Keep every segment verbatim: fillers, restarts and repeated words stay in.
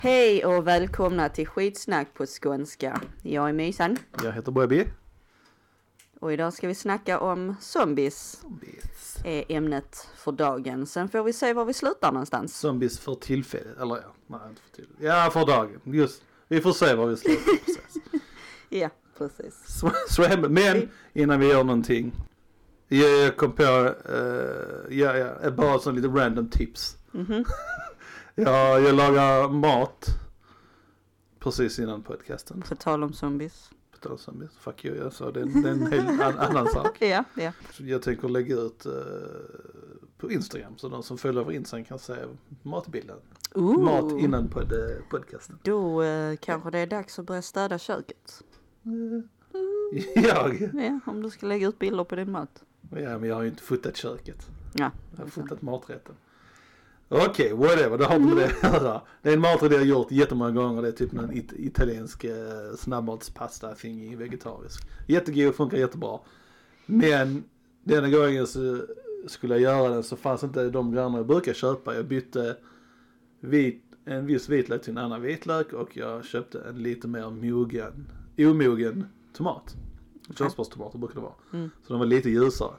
Hej och välkomna till skitsnack på skånska. Jag är Mysan. Jag heter Bobby. Och idag ska vi snacka om zombies. Zombies. Är ämnet för dagen. Sen får vi se var vi slutar någonstans. Zombies för tillfället. Eller ja, nej inte för tillfället. Ja, för dagen. Just. Vi får se var vi slutar. Precis. Ja, precis. Så, så hem. Men innan vi gör någonting. Jag kom på uh, ja, ja, bara sån lite random tips. Mm-hmm. ja, jag lagar mat precis innan podcasten. På tal om zombies. På tal om zombies. Fuck you, jag sa det. Det är en helt an, annan sak. Ja, ja. Jag tänker lägga ut uh, på Instagram så de som följer på Instagram kan se matbilden. Ooh. Mat innan pod, podcasten. Då uh, kanske det är dags att börja städa köket. Mm. Jag? Ja, om du ska lägga ut bilder på din mat. Ja, men jag har ju inte fotat köket. Ja. Jag har fotat maträtten. Okej, okay, whatever. Det har inte med det att göra. Det är en maträtt jag har gjort jättemånga gånger. Det är typ en it- italiensk eh, snabbmatspasta thingy, vegetarisk. Jättegod, funkar jättebra. Men denna gången så skulle jag göra den så fanns inte de grejerna jag brukar köpa. Jag bytte vit, en viss vitlök till en annan vitlök och jag köpte en lite mer mogen, omogen tomat. Körsbärstomater brukar det vara. Mm. Så de var lite ljusare.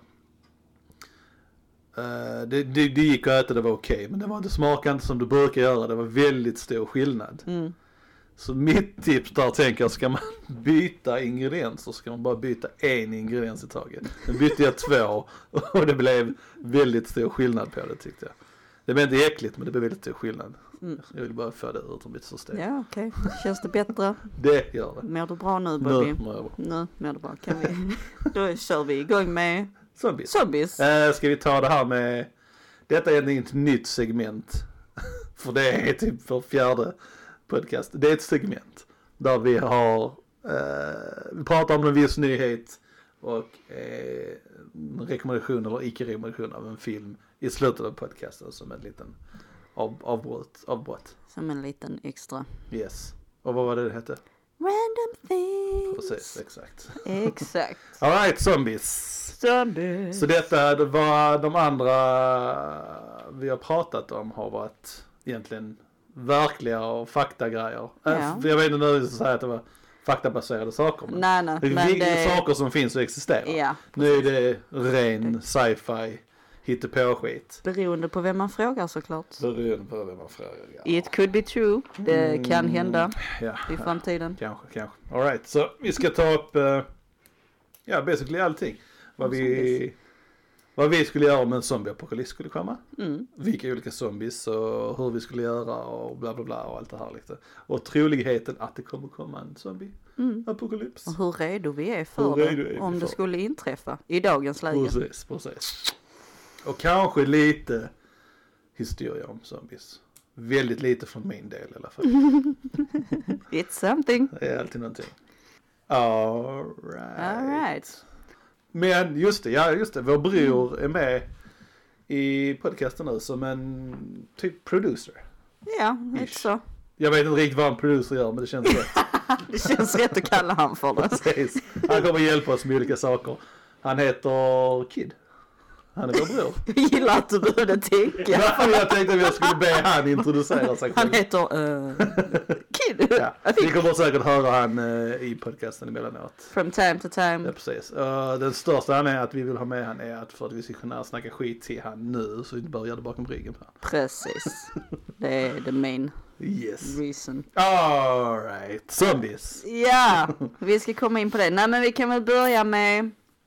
Uh, det, det, det gick att äta, det var okej. Okay, men det var inte smakande som du brukar göra. Det var väldigt stor skillnad. Mm. Så mitt tips där tänker jag, ska man byta ingredienser ska man bara byta en ingrediens i taget. Nu bytte jag två och det blev väldigt stor skillnad på det tyckte jag. Det blev inte äckligt men det blev väldigt stor skillnad. Mm. Jag vill bara få det ut ur mitt system. Ja, okej. Okay. Känns det bättre? Det gör det. Mår du bra nu, Bobby? Nu mår jag bra. Nu mår du bra. Kan vi... Då kör vi igång med zombies. Zombies. Uh, ska vi ta det här med... Detta är ett nytt segment. För det är typ för fjärde podcast. Det är ett segment där vi har... Uh, vi pratar om en viss nyhet och uh, en rekommendation eller icke-rekommendation av en film i slutet av podcasten som en liten av, avbrott, avbrott. Som en liten extra. Yes. Och vad var det det hette? Random things. Precis, exakt. Exakt. All right, zombies. Zombies. Så detta, det var de andra vi har pratat om har varit egentligen verkliga och faktagrejer. Ja. Jag vet inte när jag ska säga att det var faktabaserade saker. Men nej, nej. Det är men det... saker som finns och existerar. Ja, nu är det ren sci-fi, hittepå-skit. Beroende på vem man frågar såklart. Beroende på vem man frågar, ja. It could be true. Det mm, kan hända ja, i framtiden. Kanske, kanske. All right, så vi ska ta upp uh, ja, basically allting. Vad vi, vad vi skulle göra om en zombieapokalyps skulle komma. Mm. Vilka olika zombies och hur vi skulle göra och bla bla bla och allt det här lite. Och troligheten att det kommer komma en zombieapokalyps. Mm. Och hur redo vi är för det är om det skulle inträffa i dagens läge. Precis, precis. Och kanske lite historia om zombies. Väldigt lite från min del i alla fall. It's something. Det är alltid någonting. All right. All right. Men just det, ja just det. Vår bror är med i podcasten nu som en typ producer. Ja, lite så. Jag vet inte riktigt vad en producer gör men det känns rätt. Det känns rätt att kalla han för det. Precis. Han kommer hjälpa oss med olika saker. Han heter Kid. Han är vår bror. Jag gillar att du började tänka. Ja, jag tänkte att jag skulle be han introducera sig. Han heter uh, Kid. Ja, vi kommer säkert höra han uh, i podcasten emellanåt. From time to time. Ja, precis. Uh, den största han är att vi vill ha med han är att för att vi ska kunna snacka skit till han nu så vi inte bara gör det bakom ryggen på han. Precis. Det är the main yes. reason. All right. Zombies. Ja, vi ska komma in på det. Nej, men vi kan väl börja med...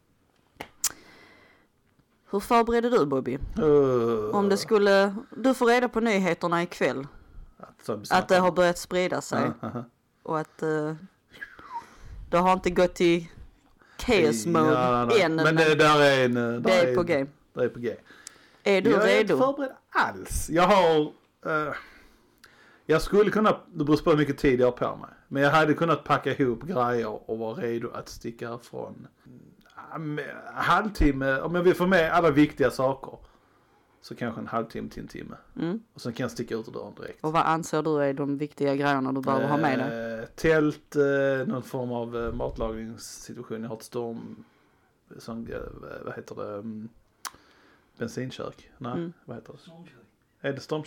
Hur förbereder du, Bobby? Uh, Om det skulle... Du får reda på nyheterna ikväll. Att, att det har börjat sprida sig. Uh, uh, uh. Och att uh, det har inte gått i chaos mode ja, än. Men det där är en... Där det är, är på game. Det är på game. Är du jag redo? Jag är inte förberedd alls. Jag har... Uh, jag skulle kunna... Det beror på hur mycket tid jag har på mig. Men jag hade kunnat packa ihop grejer och vara redo att sticka från... halvtimme, om jag vill få med alla viktiga saker så kanske en halvtimme till en timme. Mm. Och sen kan jag sticka ut ur dörren direkt. Och vad anser du är de viktiga grejerna du behöver eh, ha med dig? Tält, eh, någon form av eh, matlagningssituation. Jag har ett storm, som, eh, vad heter det, um, bensinkök? Nej, mm. vad heter det? Stormkök. Är det stormkök?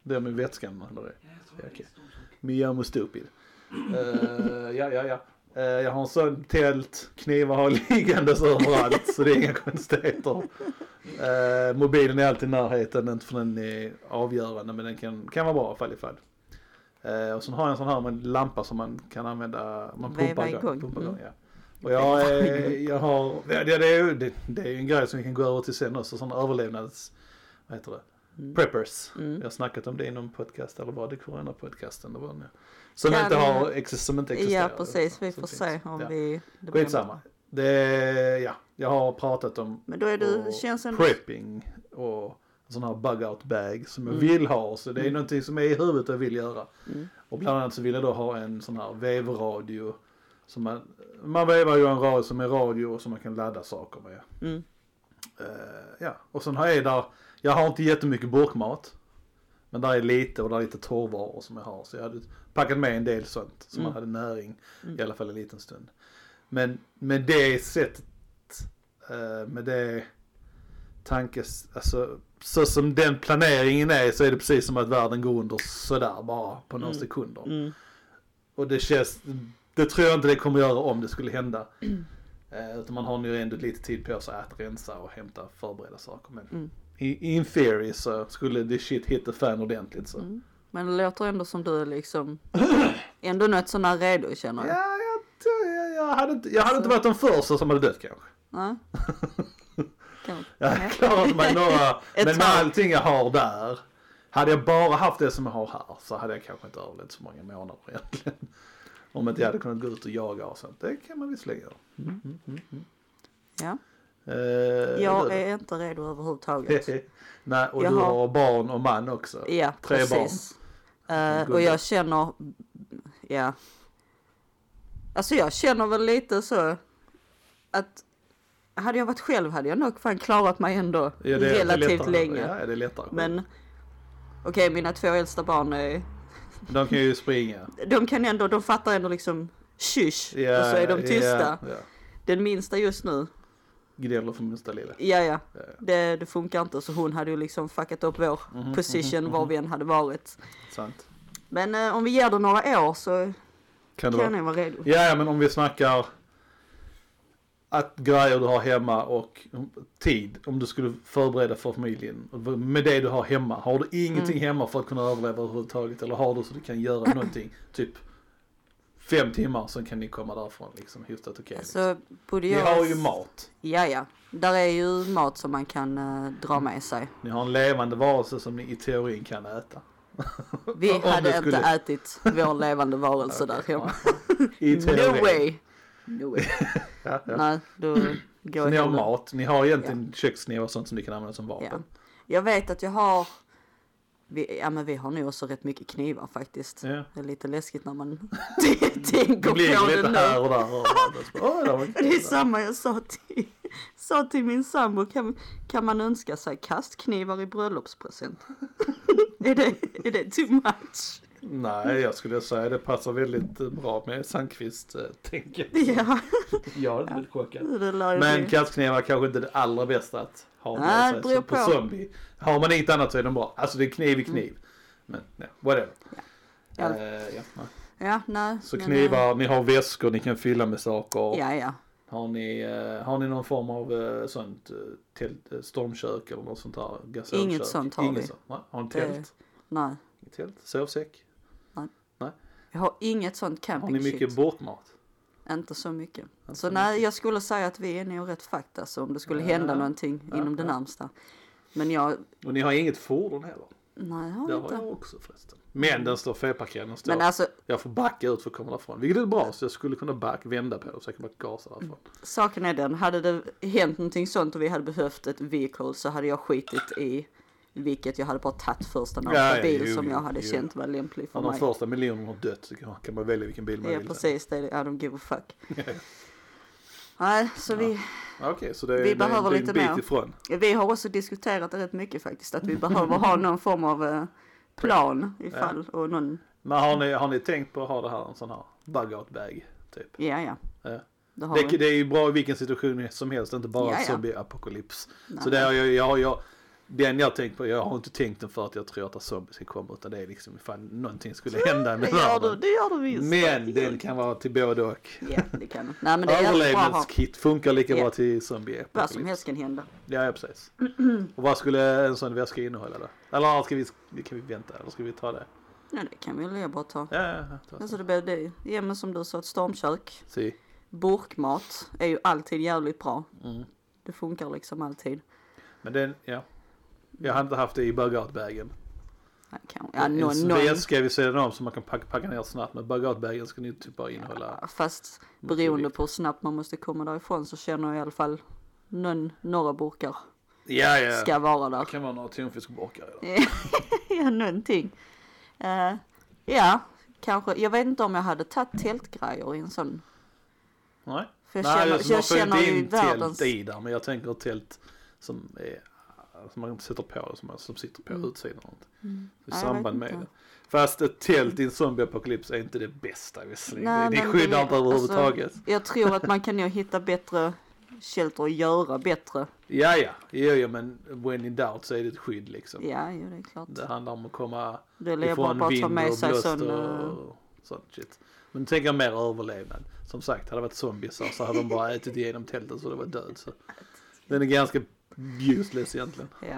Det är med vätskan. Eller det. Ja, okay. Miyamo stupid. Uh, ja, ja, ja. Uh, jag har en sån tält, knivar har liggandes överallt så det är inga konstigheter. Uh, mobilen är alltid i närheten, inte för den är avgörande men den kan, kan vara bra i fall i fall. Uh, och så har jag en sån här med en lampa som man kan använda, man pumpar igång. Pumpar igång mm. ja. Och jag, uh, jag har, ja, det, är ju, det, det är ju en grej som vi kan gå över till sen också, sådana överlevnads, vad heter det? Mm. Preppers. Mm. Jag har snackat om det i någon podcast eller var det Corona-podcasten det var nu. Som kan, inte har ex- som inte existerar. Ja, precis. Vi får se om ja. vi... Det Skitsamma. Det, ja, jag har pratat om men då är det, känns ändå... prepping och sån här bug-out bag som jag mm. vill ha. Så det är mm. någonting som är i huvudet jag vill göra. Mm. Och bland annat så vill jag då ha en sån här vevradio. Som man, man vevar ju en radio som är radio som man kan ladda saker med. Mm. Uh, ja, och sen har jag där... Jag har inte jättemycket burkmat. Men där är lite och där är lite torrvaror som jag har. Så jag hade packat med en del sånt. Så mm. man hade näring mm. i alla fall en liten stund. Men med det sättet. Uh, med det tankes. Alltså så som den planeringen är så är det precis som att världen går under sådär bara på några mm. sekunder. Mm. Och det känns. Det tror jag inte det kommer göra om det skulle hända. Mm. Uh, utan man har nu ändå lite tid på sig att rensa och hämta förbereda saker. Men mm. I, in theory så skulle det shit hit the fan ordentligt så. Mm. Men det låter ändå som du är liksom ändå något sån här redo känner jag. Ja, jag, jag, jag hade inte, jag hade inte varit den första som hade dött kanske. Ja. Jag klarar mig några, men med allting jag har där. Hade jag bara haft det som jag har här så hade jag kanske inte överlevt så många månader egentligen. Om inte jag hade kunnat gå ut och jaga och sånt. Det kan man visserligen göra. Mm, mm, mm, mm. Ja. Uh, jag är inte redo överhuvudtaget. Nej, och jag du har... har barn och man också. Ja, Tre precis. barn. Uh, och jag känner, ja. Alltså jag känner väl lite så att hade jag varit själv hade jag nog fan klarat mig ändå ja, det, relativt det lättare, länge. Ja, det är lättare. Men okej, okay, mina två äldsta barn är... De kan ju springa. De kan ändå, de fattar ändå liksom kysch ja, och så är de tysta. Ja, ja. Den minsta just nu gnäller för minsta lilla. Ja, ja. ja, ja. Det, det funkar inte. Så hon hade ju liksom fuckat upp vår mm-hmm, position mm-hmm, var vi än hade varit. Sant. Men eh, om vi ger det några år så kan, kan jag vara redo. Ja, ja, men om vi snackar att grejer du har hemma och tid. Om du skulle förbereda för familjen. Med det du har hemma. Har du ingenting mm. hemma för att kunna överleva överhuvudtaget? Eller har du så du kan göra någonting? Typ fem timmar så kan ni komma därifrån liksom hyfsat okej. Alltså, liksom. Ni har ju mat. Ja, ja. Där är ju mat som man kan uh, dra med sig. Ni har en levande varelse som ni i teorin kan äta. Vi hade inte skulle... ätit vår levande varelse okay. där hemma. I teorin. No way. No way. ja, ja. Nej, då går så ni har mat. Ni har egentligen ja. köksknivar och sånt som ni kan använda som vapen. Ja. Jag vet att jag har... Vi, ja men vi har nu också rätt mycket knivar faktiskt. Ja. Det är lite läskigt när man tänker på det lite nu. Här och där och där. Det är samma jag sa till, sa till min sambo. Kan, kan man önska sig kastknivar i bröllopspresent? är, det, är det too much? Nej, jag skulle säga det passar väldigt bra med Sandqvist-tänket. Ja. Jag är lite chockad. Men kastknivar kanske inte är det allra bästa att ha med Nej, sig. Så på zombie. Har man inget annat så är de bra. Alltså det är kniv i kniv. Mm. Men nej, whatever. Ja. Ja. Uh, ja, nej. ja, nej. Så knivar, men... ni har väskor ni kan fylla med saker. Ja, ja. Har ni, uh, har ni någon form av uh, sånt uh, tält, uh, stormkök eller något sånt där? Gasölkök? Inget sånt har Inget vi. Sånt. Nej. Har ni tält? Det... Nej. Tält? Sovsäck? Nej. Nej. Jag har inget sånt camping Har ni mycket shit. Bortmat? Inte så mycket. Inte så så nej, mycket. Jag skulle säga att vi är nog rätt fakta alltså, om det skulle ja. hända någonting ja, inom ja. det närmsta. Men jag... Och ni har inget fordon heller? Nej, jag har det inte. har jag också förresten. Men den står felparkerad. Den står, Men alltså... Jag får backa ut för att komma därifrån. Vilket är bra, så jag skulle kunna back, vända på så jag kan bara gasa därifrån. Saken är den, hade det hänt någonting sånt och vi hade behövt ett vehicle så hade jag skitit i vilket jag hade bara tagit första ja, ja, bil jo, som jag hade jo. känt var lämplig för mig. Om mig. de första miljonerna har dött så kan man välja vilken bil man ja, vill. Ja, precis. Det är, I don't give a fuck. Nej, så ja. vi... Okay, så det, vi det, behöver det är lite en bit mer. Ifrån. Vi har också diskuterat det rätt mycket faktiskt. Att vi behöver ha någon form av uh, plan ifall. Ja. Och någon... Men har ni, har ni tänkt på att ha det här, en sån här bug-out bag typ? Ja, ja. ja. Det, det, det är ju bra i vilken situation som helst, inte bara ja, ja. zombie-apokalyps. Så det är jag, jag, jag, Den jag tänkt på, jag har inte tänkt den för att jag tror att zombie ska komma, utan det är liksom ifall någonting skulle hända med det gör du, det gör du visst. Men den kan vara till både och. Ja, det kan den. Nej, men det är överlevnadskit funkar lika ja. bra till zombie. Vad som helst kan hända. Ja, ja precis. Och vad skulle en sån väska innehålla då? Eller ska vi, kan vi vänta, eller ska vi ta det? Ja, det kan vi väl bara ta. Ja, ja, ta. Alltså det blir det. Ja, men som du sa, ett stormkök. Si. Burkmat är ju alltid jävligt bra. Mm. Det funkar liksom alltid. Men den, ja. Jag har inte haft det i bug-out-bagen. Ja, ja, en någon, väska vi ser om som man kan packa, packa ner snabbt. Men bug-out-bagen ska ni typ bara innehålla. Ja, fast beroende på hur snabbt man måste komma därifrån så känner jag i alla fall någon, några burkar. Ja, ja. Ska vara där. Det kan vara några tonfiskburkar. Ja, någonting. Uh, ja, kanske. Jag vet inte om jag hade tagit tältgrejer i en sån. Nej. För jag Nej, känner, alltså, jag känner ju in världens... tält i där, men jag tänker tält som är som man sätter på, som, man, som sitter på mm. utsidan. Mm. I ja, samband med det. Fast ett tält i en zombie-apokalyps är inte det bästa visserligen. Nej, det, det skyddar inte överhuvudtaget. Alltså, jag tror att man kan ju hitta bättre shelter och göra bättre. Ja, ja. Jo, ja, men when in doubt så är det ett skydd liksom. Ja, jo, det är klart. Det handlar om att komma det ifrån bara vind med och blåst sån, och sånt shit. Men tänker jag mer överlevnad. Som sagt, hade det varit zombies så hade de bara ätit igenom tältet så det var död. Så. Den är ganska useless egentligen. Ja.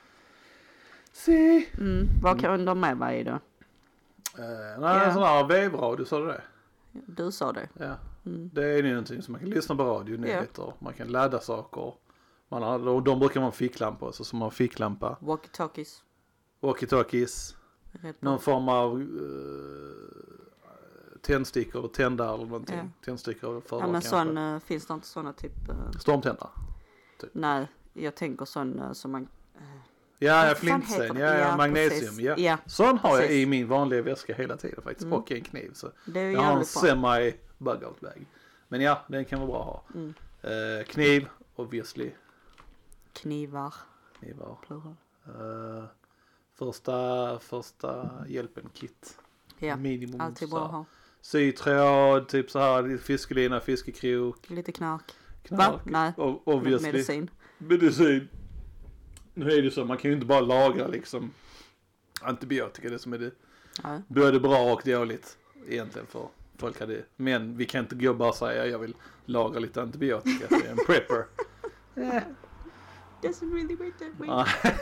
Se. Mm, vad kan de med vara i då? Uh, nej, yeah. en sån här vevradio, sa du det? Du sa det. Ja. Mm. Det är ju någonting som man kan lyssna på radio, nyheter. Yeah. Man kan ladda saker. Man har, och de brukar man ficklampa så som man har ficklampa. Walkie-talkies. Walkie-talkies. Någon form av uh, tändstickor eller tändare eller någonting. Yeah. Tändstickor för ja, men sån, uh, finns det inte såna typ... Uh... Stormtändare? Typ. Nej, jag tänker sån uh, som man... Uh... Ja, ja flintsten, ja, ja, magnesium, ja. ja. Sån har precis. Jag i min vanliga väska hela tiden faktiskt. Mm. Och en kniv. Så jag har en semi bug-out bag. Men ja, den kan vara bra att ha. Mm. Uh, kniv, obviously. Knivar. Knivar. Uh, första, första hjälpen kit. Ja, minimum. Alltid bra att ha. Sytråd, typ så här, fiskelina, fiskekrok. Lite knark. Knark. Va? Nej. O- obviously. Medicin. Medicin. Nu är det så, man kan ju inte bara lagra liksom antibiotika, det som är det. Nej. Både bra och dåligt egentligen för folk hade. Men vi kan inte gå och bara säga jag vill lagra lite antibiotika, jag är en prepper. yeah. Doesn't really work that way.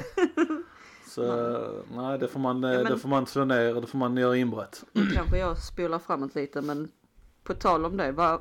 Så nej, det får man, ja, men, det får man slå ner och det får man göra inbrott. Kanske jag spolar framåt lite, men på tal om det, vad,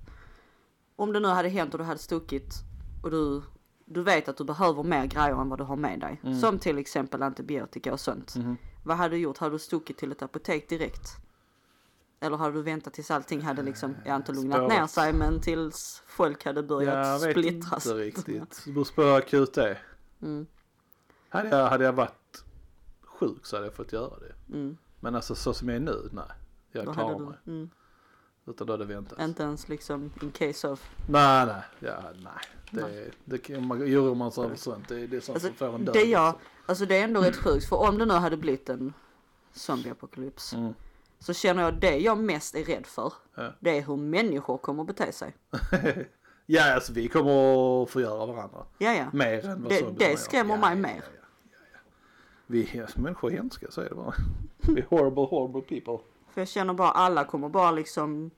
om det nu hade hänt och du hade stuckit och du, du vet att du behöver mer grejer än vad du har med dig. Mm. Som till exempel antibiotika och sånt. Mm. Vad hade du gjort? Hade du stuckit till ett apotek direkt? Eller hade du väntat tills allting hade liksom, jag inte lugnat Spåret. ner sig, men tills folk hade börjat jag splittras? Jag vet inte riktigt. Det beror på hur akut det är. Mm. Hade jag, hade jag varit sjuk så hade jag fått göra det. Mm. Men alltså så som jag är nu, nej. Jag då klarar mig. Mm. Utan då hade det väntat. Inte ens liksom in case of... Nej, nej. Ja, nej. Det, nej. det, det man, gör man så sånt. Det, det är sånt alltså, som får en död. Det, jag, alltså det är ändå rätt sjukt. För om det nu hade blivit en zombie-apokalyps. Mm. Så känner jag det jag mest är rädd för. Ja. Det är hur människor kommer att bete sig. Ja, alltså vi kommer att förgöra varandra. Ja, ja. Mer än vad det, det skrämmer ja, mig ja, mer. Ja, ja, ja. Vi är människor hemska, så är det bara. Vi är horrible, horrible people. För jag känner bara alla kommer bara liksom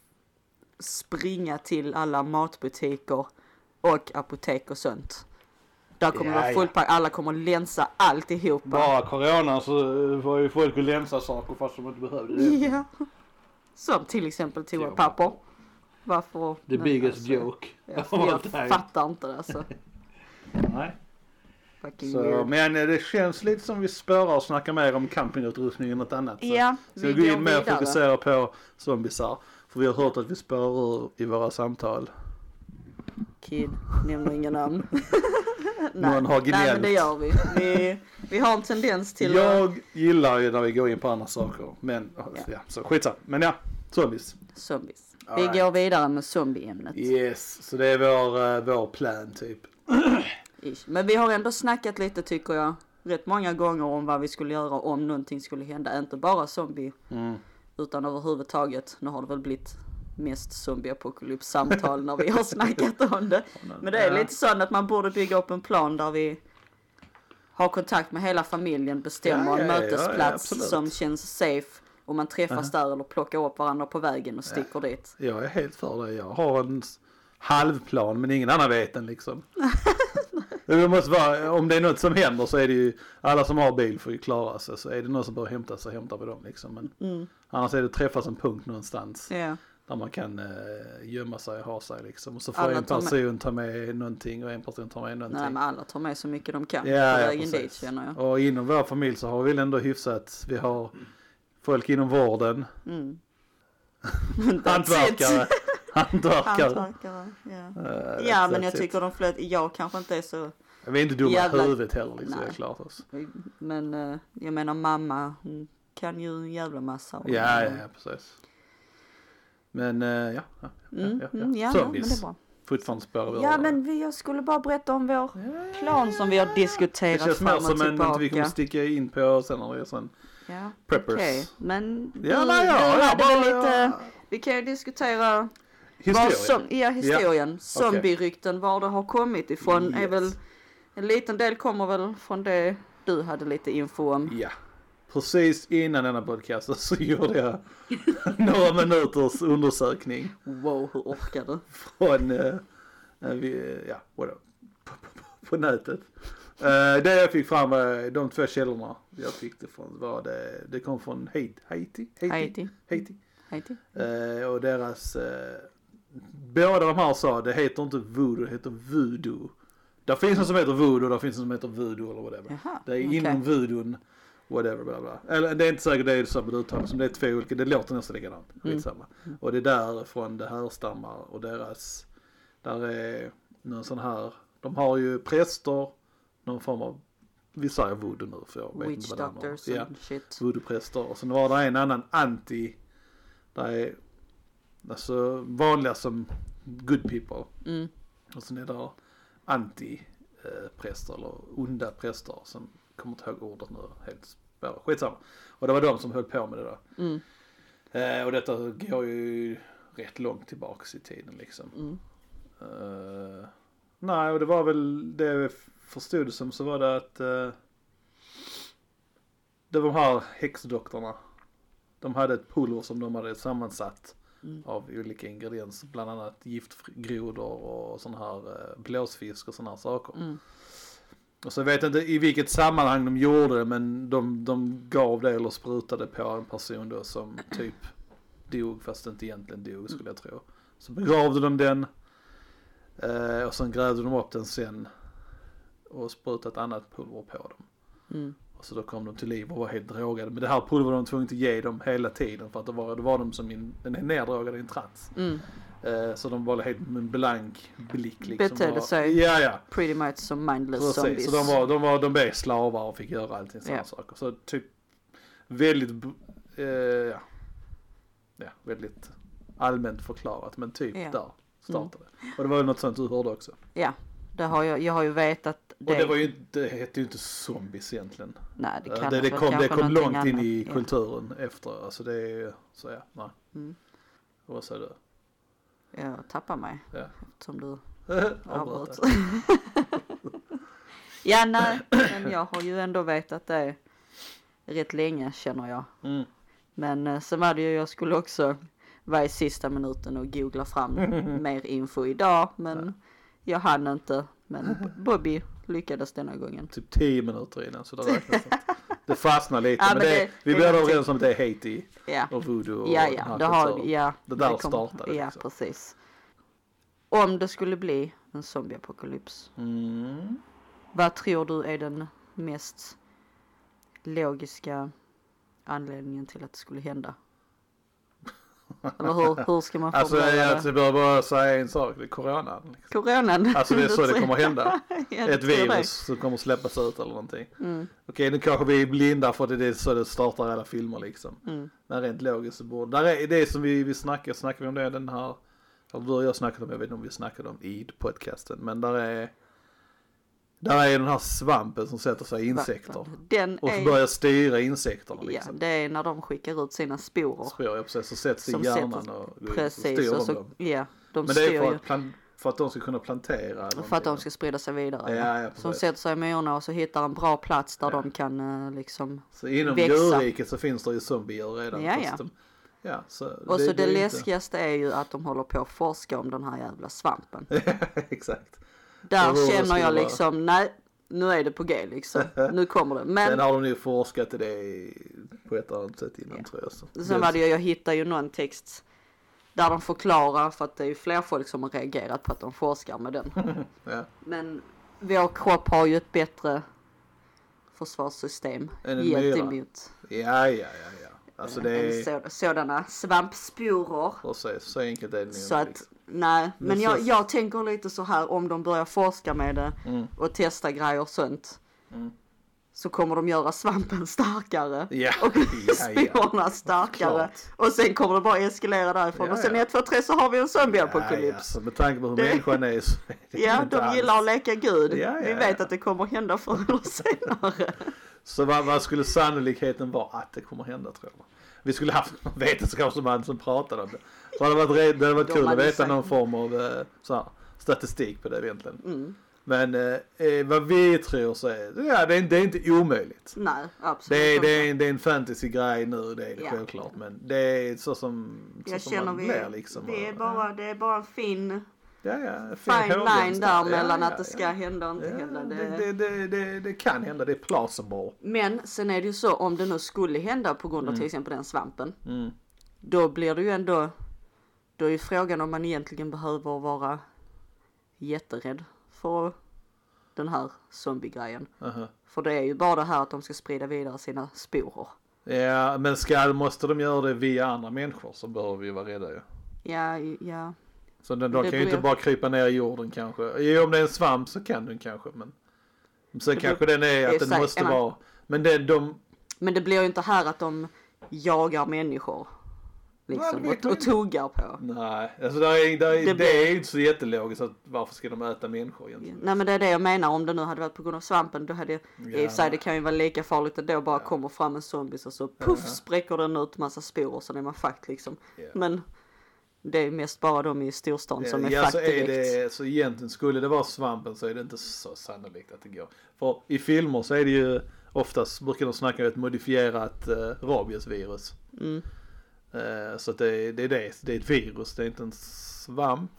springa till alla matbutiker och apotek och sånt. Där kommer ja, det vara fullpack. Ja. Alla kommer att länsa alltihopa. Bara corona så var ju folk att länsa saker fast de inte behövde det. Ja. Som till exempel toapapper. Varför? The biggest alltså, joke. Jag, jag fattar inte det alltså. Nej. Så, men det känns lite som vi spörar och snackar mer om campingutrustning än något annat. Så. Ja, så vi går in mer och fokuserar på zombiesar. För vi har hört att vi spörar i våra samtal. Kid, nämner inga namn. Nej, Någon har nej, men det gör vi. vi. Vi har en tendens till Jag att... gillar ju när vi går in på andra saker. Men, ja, ja så skitsamt. Men ja, zombies. Zombies. Vi right. går vidare med zombie-ämnet. Yes, så det är vår, uh, vår plan typ. Men vi har ändå snackat lite tycker jag. Rätt många gånger om vad vi skulle göra om någonting skulle hända. Inte bara zombie. Mm. Utan överhuvudtaget. Nu har det väl blivit mest zombie-apokalyps-samtal när vi har snackat om det. Men det är lite så att man borde bygga upp en plan där vi ha kontakt med hela familjen, bestämma ja, en ja, mötesplats ja, ja, som känns safe och man träffas uh-huh. där eller plockar upp varandra på vägen och sticker ja. dit. Jag är helt för det. Jag har en halvplan men ingen annan vet den liksom. Det måste vara, om det är något som händer så är det ju, alla som har bil får ju klara sig, så är det någon som bör hämta så hämtar vi dem liksom. Men mm. annars är det träffas en punkt någonstans yeah. där man kan uh, gömma sig och ha sig liksom. Och så får alla en person med. ta med någonting och en person ta med någonting. Nej men alla tar med så mycket de kan ja, på ja, vägen dit känner jag. Och inom vår familj så har vi väl ändå hyfsat, vi har folk inom vården. Mm. Hantverkare. Hantverkare. Hantverkare, ja. Uh, ja men jag tycker de flesta, jag kanske inte är så jag är inte dum i huvudet heller liksom, det är klart oss. Men uh, jag menar mamma, hon kan ju en jävla massa. Och, ja, ja, ja, precis. Men uh, ja, ja, mm, ja, ja. Mm, ja, Zombies. Men det är bra. Fortfarande spöra vi Ja, men vi, jag skulle bara berätta om vår plan som vi har diskuterat fram och tillbaka. Det känns mer som en vi kommer sticka in på sen när det är sån ja, preppers. Okay. Men ja, nej, ja, du ja, hade bara, väl lite, ja. vi kan ju diskutera historien. Som, ja, historien. Ja. Zombie-rykten, okay. Var det har kommit ifrån yes. är väl, en liten del kommer väl från det du hade lite info om. Ja, precis innan denna podcast så gjorde jag några minuters undersökning. Wow, hur orkar du? Från, uh, vi, ja, whatever, på, på, på nätet. Uh, det jag fick fram, uh, de två källorna jag fick det från var det, det kom från Haiti. Haiti? Haiti. Haiti. Haiti. Uh, och deras, uh, båda de här sa, det heter inte voodoo, det heter voodoo. Där finns en som heter voodoo, där finns en som heter voodoo eller whatever. Jaha, det är okay. inom voodoo, whatever, bla bla. Eller det är inte säkert det är samma uttal, som det är två olika, det låter nästan likadant. Skitsamma. Mm. Och det är därifrån det härstammar och deras, där är någon sån här, de har ju präster, någon form av, vi säger voodoo nu för jag vet witch inte vad det doctors är. Ja, shit. voodoo-präster. Och sen var det en annan anti, där är alltså vanliga som good people. Mm. Och sen är det anti-präster eller onda präster som kommer inte ihåg ordet nu helt spår. Skitsamma. Och det var de som höll på med det där. Mm. Eh, och detta går ju rätt långt tillbaks i tiden liksom. Mm. Eh, nej, och det var väl det jag förstod som så var det att eh, det var de här häxdoktorerna. De hade ett pulver som de hade sammansatt mm. av olika ingredienser, bland annat giftgrodor och sån här eh, blåsfisk och såna här saker. Mm. Och så vet jag inte i vilket sammanhang de gjorde det, men de, de gav det eller sprutade på en person då som typ dog, fast inte egentligen dog skulle jag tro. Så begravde de den eh, och sen grävde de upp den sen och sprutade ett annat pulver på dem. Mm. Och så då kom de till liv och var helt drogade. Men det här pulver var de tvungna att ge dem hela tiden för att det var, det var de som in, den är neddrogade i en trans. Mm. Uh, så de var helt med en blank blick liksom. Betedde sig ja, ja. pretty much som mindless så, zombies. Så de var, de var, de blev slavar och fick göra allting sådana yeah. saker. Så typ väldigt, uh, ja, ja, väldigt allmänt förklarat. Men typ yeah. där startade. Mm. Och det var ju något sånt du hörde också. Ja, det har jag, jag har ju vetat. Det. Och det var ju inte, det hette ju inte zombies egentligen. Nej, det kan det, det kom, det kom långt annat. in i ja. kulturen efter. Alltså det är, så ja, nej. Mm. Och vad säger du? Jag tappar mig. Ja. Som du avbröt. Ja, nej. Men jag har ju ändå vetat det rätt länge känner jag. Mm. Men eh, så var det ju, jag skulle också vara i sista minuten och googla fram mer info idag. Men ja. jag hann inte. Men Bobby lyckades denna gången. Typ tio minuter innan så det räknas inte. Det fastnar lite. Ja, men det, det, vi började överens om att det är Haiti ja. och voodoo och ja, ja. Det, har, ja, det där det kom, startade. Ja, liksom. Precis. Om det skulle bli en zombieapokalyps. Mm. Vad tror du är den mest logiska anledningen till att det skulle hända? Eller hur, hur ska man alltså, förbereda jag, jag bör bara säga en sak, det är coronan. Liksom. Coronan? Alltså det är så det kommer att hända. Ett virus det. som kommer att släppas ut eller någonting. Mm. Okej, nu kanske vi är blinda för att det är så det startar alla filmer liksom. Mm. Men rent logiskt så borde, där är det som vi, vi snackar, snackar vi om det, den här, eller du och jag snackade om, jag vet inte om vi snackade om i podcasten, men där är där är den här svampen som sätter sig i insekter. Den och är... börjar styra insekterna liksom. Ja, det är när de skickar ut sina sporer. Sporer, ja precis. Så sätts i hjärnan och, precis, och styr och så, dem. Ja, de men styr det är för ju. att plan, För att de ska kunna plantera. För att de ska sprida sig vidare. Ja, ja, som sätter sig i myrorna och så hittar en bra plats där ja. de kan uh, liksom så inom växa. djurriket så finns det ju zombier redan. Ja, ja. De, ja så och det, så det, det inte... läskigaste är ju att de håller på att forska om den här jävla svampen. Exakt. Där känner jag liksom, vara... nej, nu är det på G liksom. Nu kommer det. Men... Sen har de ju forskat i det på ett annat sätt innan ja. tror jag. Så. Sen var det ju, jag hittade ju någon text där de förklarar, för att det är ju fler folk som har reagerat på att de forskar med den. ja. Men vår kropp har ju ett bättre försvarssystem gentemot. Ja, ja, ja, ja. Alltså det är... så, sådana svampsporer. Och så, så enkelt är det så att, liksom. Nej, men, men jag, jag tänker lite så här, om de börjar forska med det mm. och testa grejer och sånt. Mm. Så kommer de göra svampen starkare ja, och ja, sporerna ja. starkare. Klart. Och sen kommer det bara eskalera därifrån. Ja, och sen ja. ett, två, tre så har vi en zombieapokalyps. Ja, ja. Så med tanke på hur det... människan är så är det ja, de alls. gillar att leka Gud. Ja, ja, vi vet ja. att det kommer hända förr eller senare. Så vad, vad skulle sannolikheten vara att det kommer hända, tror jag? Vi skulle haft någon vetenskapsman som pratade om det. Så det hade varit, det hade varit kul att veta sagt... någon form av så här, statistik på det egentligen. Mm. Men eh, vad vi tror så är ja, det, är, det är inte omöjligt. Nej, absolut det är, det är, en, det är en fantasy-grej nu, det är det ja. självklart. Men det är så som, så jag som känner man vi, blir liksom. Det är bara, det är bara en fin... Ja, ja, fine line där ja, mellan ja, att det ska ja. hända och inte ja, hända. Det... Det, det, det, det kan hända, det är plausible. Men sen är det ju så, om det nu skulle hända på grund av mm. till exempel den svampen. Mm. Då blir det ju ändå, då är ju frågan om man egentligen behöver vara jätterädd för den här zombie-grejen. Uh-huh. För det är ju bara det här att de ska sprida vidare sina sporer. Ja, men ska, måste de göra det via andra människor så behöver vi vara rädda ju. Ja, ja. Så de, de kan ju inte bara krypa ner i jorden kanske. Jo, om det är en svamp så kan den kanske, men sen det kanske blir, den är att den sagt, måste man... vara. Men det, de... Men det blir ju inte här att de jagar människor. Liksom, Nej, och, och tuggar på. Nej, alltså det är, det är, det det är ju inte så jättelogiskt att varför ska de äta människor egentligen? Nej, men det är det jag menar, om det nu hade varit på grund av svampen då hade ja, i och för sig det kan ju vara lika farligt att då bara ja. kommer fram en zombies och så puff ja. spräcker den ut massa sporer så är man fucked liksom. Ja. Men det är mest bara de i storstan ja, som är ja, fucked så är det, så egentligen skulle det vara svampen så är det inte så sannolikt att det går. För i filmer så är det ju oftast brukar de snacka om ett modifierat uh, rabiesvirus. Mm. Uh, så att det, det är det, det är ett virus, det är inte en svamp.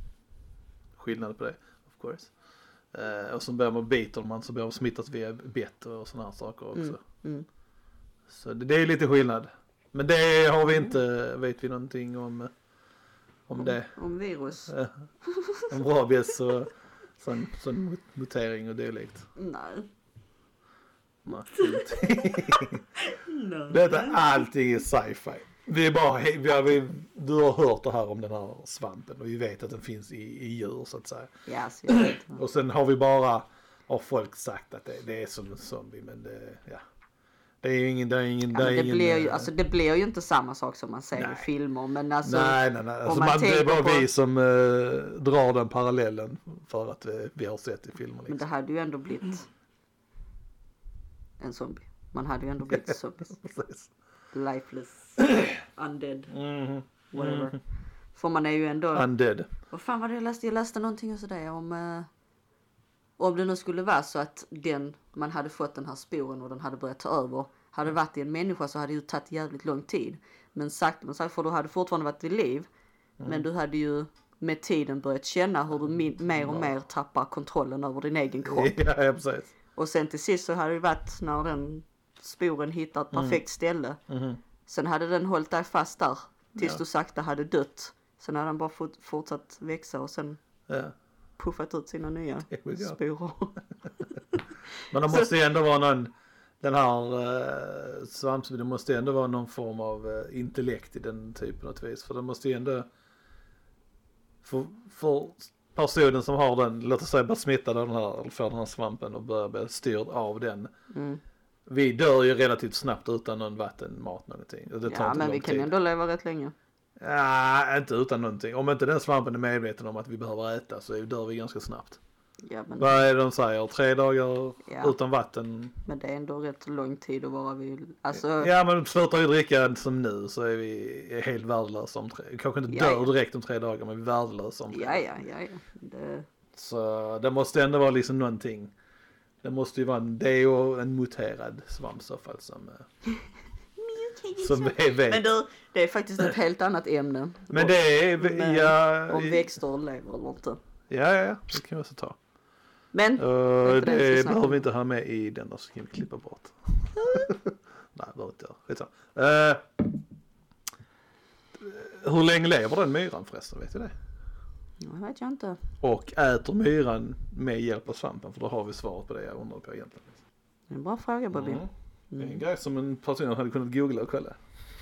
Skillnad på det, of course. Uh, och så börjar man biter man så börjar man smittas via bett och sådana här saker också. Mm. Mm. Så det, det är lite skillnad. Men det har vi inte, vet vi någonting om om, om det. Om virus. Uh, om rabies och sån, sån mutering och dylikt. Nej. Nej. Detta är allting i sci-fi. Vi är bara, vi har, vi, du har hört det här om den här svampen och vi vet att den finns i, i djur så att säga. Yes, jag vet. Och sen har vi bara, har folk sagt att det, det är som en zombie, men det, ja. Det är ju ingen, det är ingen, ja, det är det ingen. Blir ju, alltså det blir ju inte samma sak som man ser nej. i filmer, men alltså. Nej, nej, nej. Alltså, man man, det är bara på... vi som uh, drar den parallellen för att uh, vi har sett i filmer. Liksom. Men det hade ju ändå blivit en zombie. Man hade ju ändå blivit zombies. Lifeless, undead, mm-hmm. whatever. Mm-hmm. För man är ju ändå... Undead. Vad fan var det jag läste? Jag läste någonting och sådär om... Uh, om det nu skulle vara så att den, man hade fått den här sporen och den hade börjat ta över. Hade varit i en människa så hade det ju tagit jävligt lång tid. Men sagt, men sagt för du hade fortfarande varit vid liv. Mm. Men du hade ju med tiden börjat känna hur du min, mer och mer tappar kontrollen över din egen kropp. Ja, ja, precis. Och sen till sist så hade det varit när den... sporen hittar ett perfekt mm. ställe. Mm. Sen hade den hållit dig fast där tills ja. du sakta hade dött. Sen hade den bara fort, fortsatt växa och sen ja. puffat ut sina nya sporer. Men det måste ju ändå vara någon, den här uh, svampen, det måste ändå vara någon form av uh, intellekt i den typen av vis. För det måste ju ändå för, för personen som har den, låt oss säga, blir smittad av den här, eller får den här svampen och börjar bli styrd av den. Mm. Vi dör ju relativt snabbt utan någon vatten, mat, någonting. Det tar ja, men vi kan tid. ändå leva rätt länge. Ja, inte utan någonting. Om inte den svampen är medveten om att vi behöver äta så dör vi ganska snabbt. Ja, men... Vad är det de säger? Tre dagar ja. utan vatten. Men det är ändå rätt lång tid att vara vid. Alltså... Ja, men slutar vi dricka som nu så är vi helt värdelösa om tre. Kanske inte dör ja, ja. direkt om tre dagar, men vi är värdelösa om tre. Ja, ja, ja, ja. Det... Så det måste ändå vara liksom någonting. Det måste ju vara en, det är ju en muterad svamp så fall som... som vi vet. Men du, det är faktiskt ett helt annat ämne. Men det är... Men, ja, om växter lever eller inte. Ja, ja, ja. Det kan vi också ta. Men... Uh, det det behöver vi inte ha med i den där så kan vi klippa bort. Nej, det behöver inte göra. Skitsamma. Uh, hur länge lever den myran förresten? Vet du det? Jag vet jag inte. Och äter myran med hjälp av svampen? För då har vi svaret på det jag undrar på egentligen. Det är en bra fråga, Bobby. Mm. Det är en grej som en person hade kunnat googla och kolla.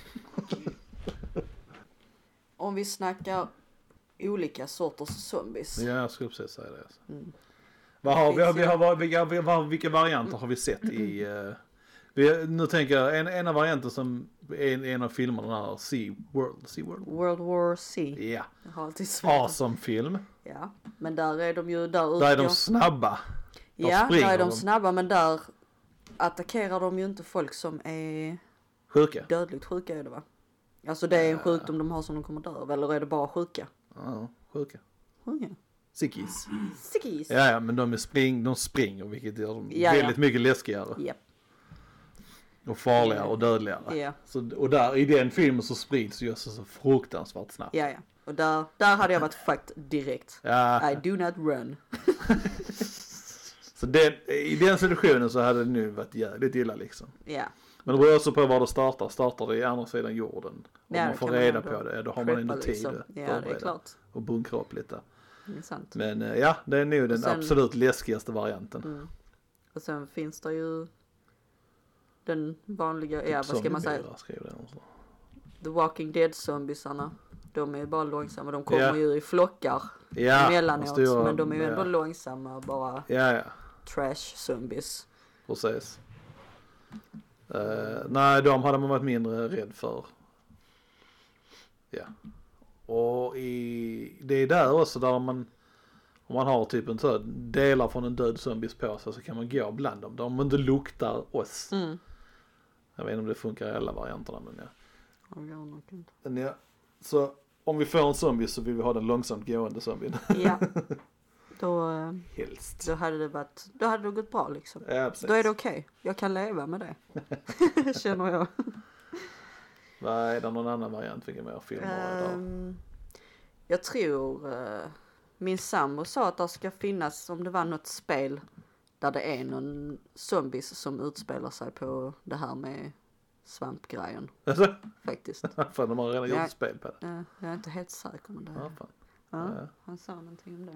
Om vi snackar olika sorters zombies. Ja, jag skulle precis säga det. Alltså. Mm. Vad har vi, vi, har, vilka, vilka, vilka varianter har vi sett i... Uh, vi, nu tänker jag, en, en av varianter som är en av filmerna här, Sea World. Sea World. World War C. Ja. Jag har alltid svårt. Awesome film. Ja, men där är de ju där ute. Där är de snabba. Där ja, där är de, de snabba, men där attackerar de ju inte folk som är sjuka. Dödligt sjuka är det va? Alltså det är en sjukdom de har som de kommer dö av, eller är det bara sjuka? Ja, sjuka. Sjuka. Sickis. Sickis. Ja, ja, men de, är spring, de springer vilket gör dem ja, väldigt ja. mycket läskigare. Yep. Och farligare ja. och dödligare. Ja. Så, och där i den filmen så sprids ju så, så fruktansvärt snabbt. Ja, ja. Och där, där hade jag varit fucked direkt. Ja. I do not run. Så den, i den situationen så hade det nu varit jävligt illa liksom. Ja. Men det beror också på var det startar. Startar det i andra sidan jorden. Om ja, man får reda på det. Då har man ändå tid liksom. Ja, det är klart. Och bunkra upp lite. Det är sant. Men ja, det är nog den sen, absolut läskigaste varianten. Mm. Och sen finns det ju den vanliga, ja vad ska man säga? The Walking Dead zombiesarna. De är bara långsamma. De kommer ja. ju i flockar ja, emellanåt. stora, men de är ju ändå ja. långsamma. Bara ja, ja. trash zombies. Precis. Uh, nej, de hade man varit mindre rädd för. Ja. Och i, det är där också där man, om man har typ en sån delar från en död zombies på sig så kan man gå bland dem. De inte luktar oss. Mm. Jag vet inte om det funkar i alla varianterna men ja. Ja, men ja. Så om vi får en zombie så vill vi ha den långsamt gående zombien. Ja. Då, helst. Då hade det varit, då hade det gått bra liksom. Ja, precis. Då är det okej. Okay. Jag kan leva med det. Känner jag. Vad är det någon annan variant vilka mer filmer um, Jag tror uh, min sambo sa att det ska finnas, om det var något spel där det är någon zombies som utspelar sig på det här med svampgrejen. Alltså? Faktiskt. Fan, de har redan gjort jag, spel på det. Uh, jag är inte helt säker med det. Ja, fan. Ja, ja. Han sa någonting om det.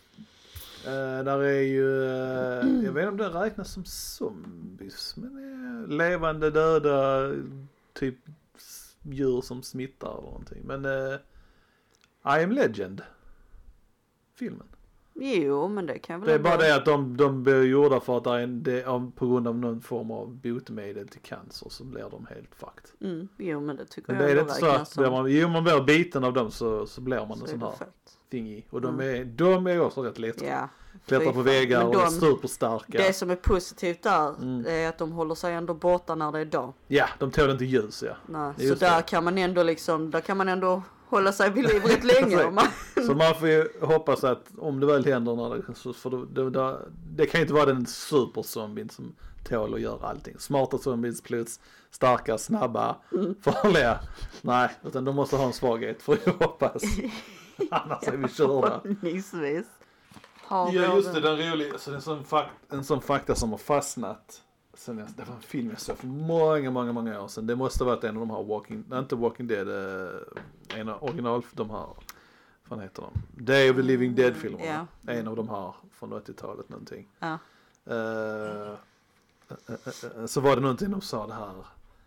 Uh, där är ju, uh, jag vet inte om det räknas som zombies, men uh, levande, döda, typ djur som smittar eller någonting. Men uh, I am Legend, filmen. Jo, men det kan väl det är bara det att de, de blir gjorda för att det är en, det, på grund av någon form av botemedel till cancer så blir de helt fucked. Mm, jo, men det tycker men jag det är ändå inte så att som... man, jo, man blir biten av dem så, så blir man så en sån här fakt. thingy. Och de, mm. är, de är också rätt läskiga. Ja. Klättrar på väggar och är superstarka. Det som är positivt där mm. är att de håller sig ändå borta när det är dag. Ja, de tål inte ljus, ja. Nej, så där det. kan man ändå liksom, där kan man ändå hålla sig vid liv rätt länge. man... Så man får ju hoppas att om det väl händer när det, för det, det, det, det kan ju inte vara den superzombien som tål att göra allting. Smarta zombies plus starka, snabba, mm. farliga. Nej, utan de måste ha en svaghet för att hoppas. Annars är vi körda. Nissvis. Ja, just det, den roliga, så det är en sån, fak, en sån fakta som har fastnat. Sen jag, det var en film jag såg för många, många, många år sedan. Det måste ha varit en av de här Walking, nej, inte Walking Dead, eh, en av original, de här, vad heter de? Day of the Living Dead-filmerna. Yeah. En av de här från åttiotalet någonting. Ja. Uh, uh, uh, uh, så var det någonting de sa det här.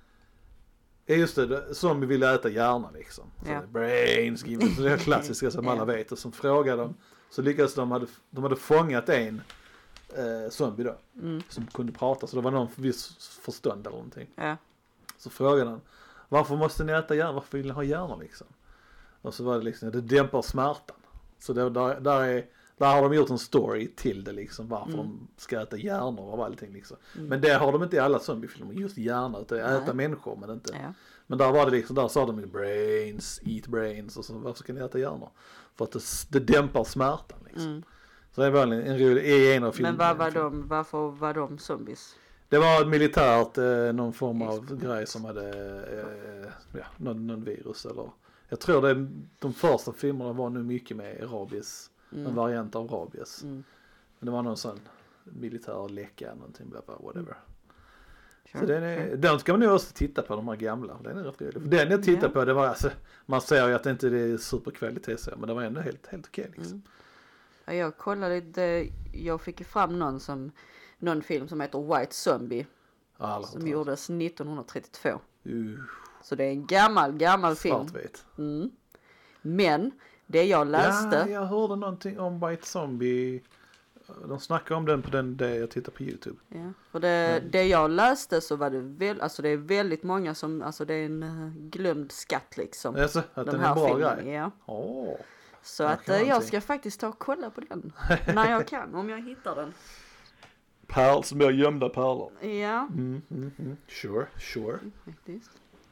Ja just det, zombie ville äta hjärna liksom. Yeah. Brains, give me, det är klassiska som alla vet. Och som frågade dem, så lyckades de, hade, de hade fångat en eh, zombie då. Mm. Som kunde prata, så det var någon viss förstånd eller någonting. Ja. Så frågade han, varför måste ni äta hjärna? Varför vill ni ha hjärna liksom? Och så var det liksom, det dämpar smärtan. Så det, där, där är Där har de gjort en story till det liksom, varför Mm. de ska äta hjärnor och allting liksom. Mm. Men det har de inte i alla zombiefilmer, just hjärnor, att äta Nej. människor men inte. Ja. Men där var det liksom, där sa de brains, eat brains och så, varför ska ni äta hjärnor? För att det, det dämpar smärtan liksom. Mm. Så det var en, en rolig, i en av filmerna. Men vad var de, varför var de zombies? Det var militärt, eh, någon form av grej som hade, eh, ja, någon, någon virus eller. Jag tror det, de första filmerna var nu mycket med rabies, Mm. en variant av rabies. Mm. Men det var någon sån militär läcka, någonting, bla bla, whatever. Sure, Så den, är, sure. den ska man nog också titta på, de här gamla. Den är rätt rolig. För den jag tittade Ja. på, det var alltså, man ser ju att det inte är superkvalitet, men det var ändå helt, helt okej liksom. Mm. Ja, jag kollade lite, jag fick ju fram någon som, någon film som heter White Zombie. Ja, alla har Som talat. gjordes nittonhundratrettiotvå. Uh, Så det är en gammal, gammal film. svartvit. Mm. Men det jag läste. Ja, jag hörde någonting om White Zombie. De snackar om den på den det jag tittar på YouTube. Ja, för det, det jag läste så var det väl, alltså det är väldigt många som, alltså det är en uh, glömd skatt liksom. Alltså, att Den den är här en bra filmen, grej. ja. Åh. Så Jag att kan uh, jag någonting. ska faktiskt ta och kolla på den. När jag kan, om jag hittar den. Pärl, som är gömda pärlor. Ja, Mm, mm, mm. Sure, sure. faktiskt.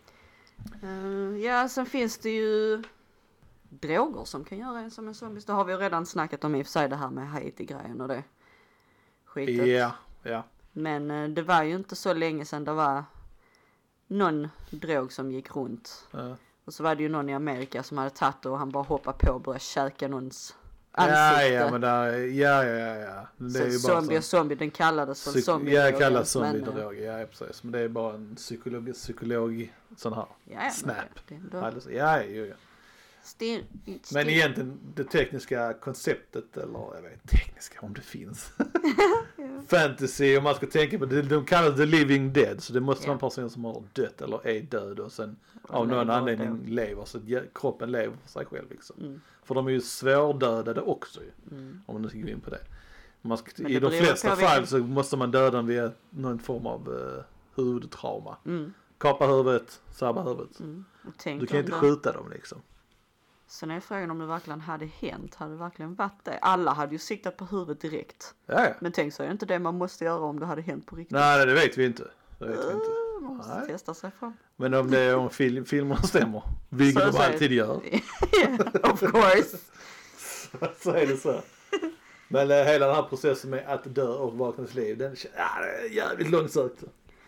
Uh, ja, sen finns det ju droger som kan göra en som en zombie. Det har vi ju redan snackat om i och för sig, det här med Haiti-grejen och det skitet. Ja, ja. Men uh, det var ju inte så länge sedan det var någon drog som gick runt. Ja. Och så var det ju någon i Amerika som hade tagit det och han bara hoppade på och började käka någons Ja, ansikte. ja, men där, ja, ja, ja, ja. Det är ju Så bara zombie och sån, zombie, den kallades väl psyk- zombie. ja, kallas men, eh, zombie-drog, ja, precis. Men det är bara en psykolog, psykolog sån här. Ja, ja, Snap. men det, Alldeles, ja, ja, ja. Still, Men still. egentligen det tekniska konceptet, eller jag vet tekniska om det finns. Fantasy, om man ska tänka på det, de kallas the living dead, så det måste Ja. vara en person som har dött eller är död och sen Och av någon lever anledning lever, så ja, kroppen lever för sig själv liksom. Mm. För de är ju svårdödade också ju, Mm. om man nu ska gå in på det. Man ska, Men I det de beror flesta på fall vilken- så måste man döda dem via någon form av uh, huvudtrauma. Mm. Kapa huvudet, sabba huvudet. Mm. Och tänk Du kan om inte det- skjuta dem liksom. Sen är frågan om det verkligen hade hänt. Hade det verkligen varit det? Alla hade ju siktat på huvudet direkt. Ja, ja. Men tänk så är det inte det man måste göra om det hade hänt på riktigt. Nej, nej, det vet vi inte. Det vet vi inte. Uh, man måste Nej. testa sig fram. Men om det är om film, filmerna stämmer, vilket Så de säger- alltid gör, Yeah, of course. så är det så. Men eh, hela den här processen med att dö och vakna till liv, den ja, det är jävligt långsökt.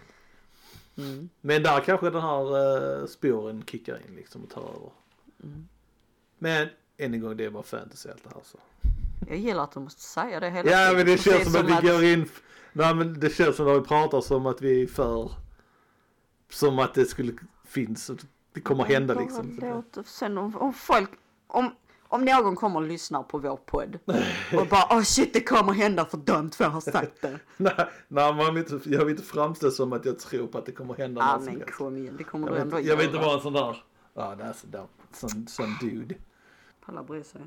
Mm. Men där kanske den här uh, spåren kickar in liksom och tar över. Mm. Men än en gång, det är bara fantasy allt det här så. Jag gillar att du måste säga det hela Ja, tiden. men det Precis känns som att vi går in, nej men det känns som att vi pratar som att vi är för, som att det skulle finns, det kommer att hända Bara liksom. låt- Sen om, om folk, om, om någon kommer och lyssnar på vår podd och bara åh oh shit det kommer hända för de två har sagt det. Nej, nej man vill inte, jag vill inte framstå som att jag tror på att det kommer att hända Ja något som men helst. kom igen, det kommer Jag du vill, ändå inte- jag vill inte göra. vara en sån där, ja det är så där, sån, sån dude. Palla bry sig.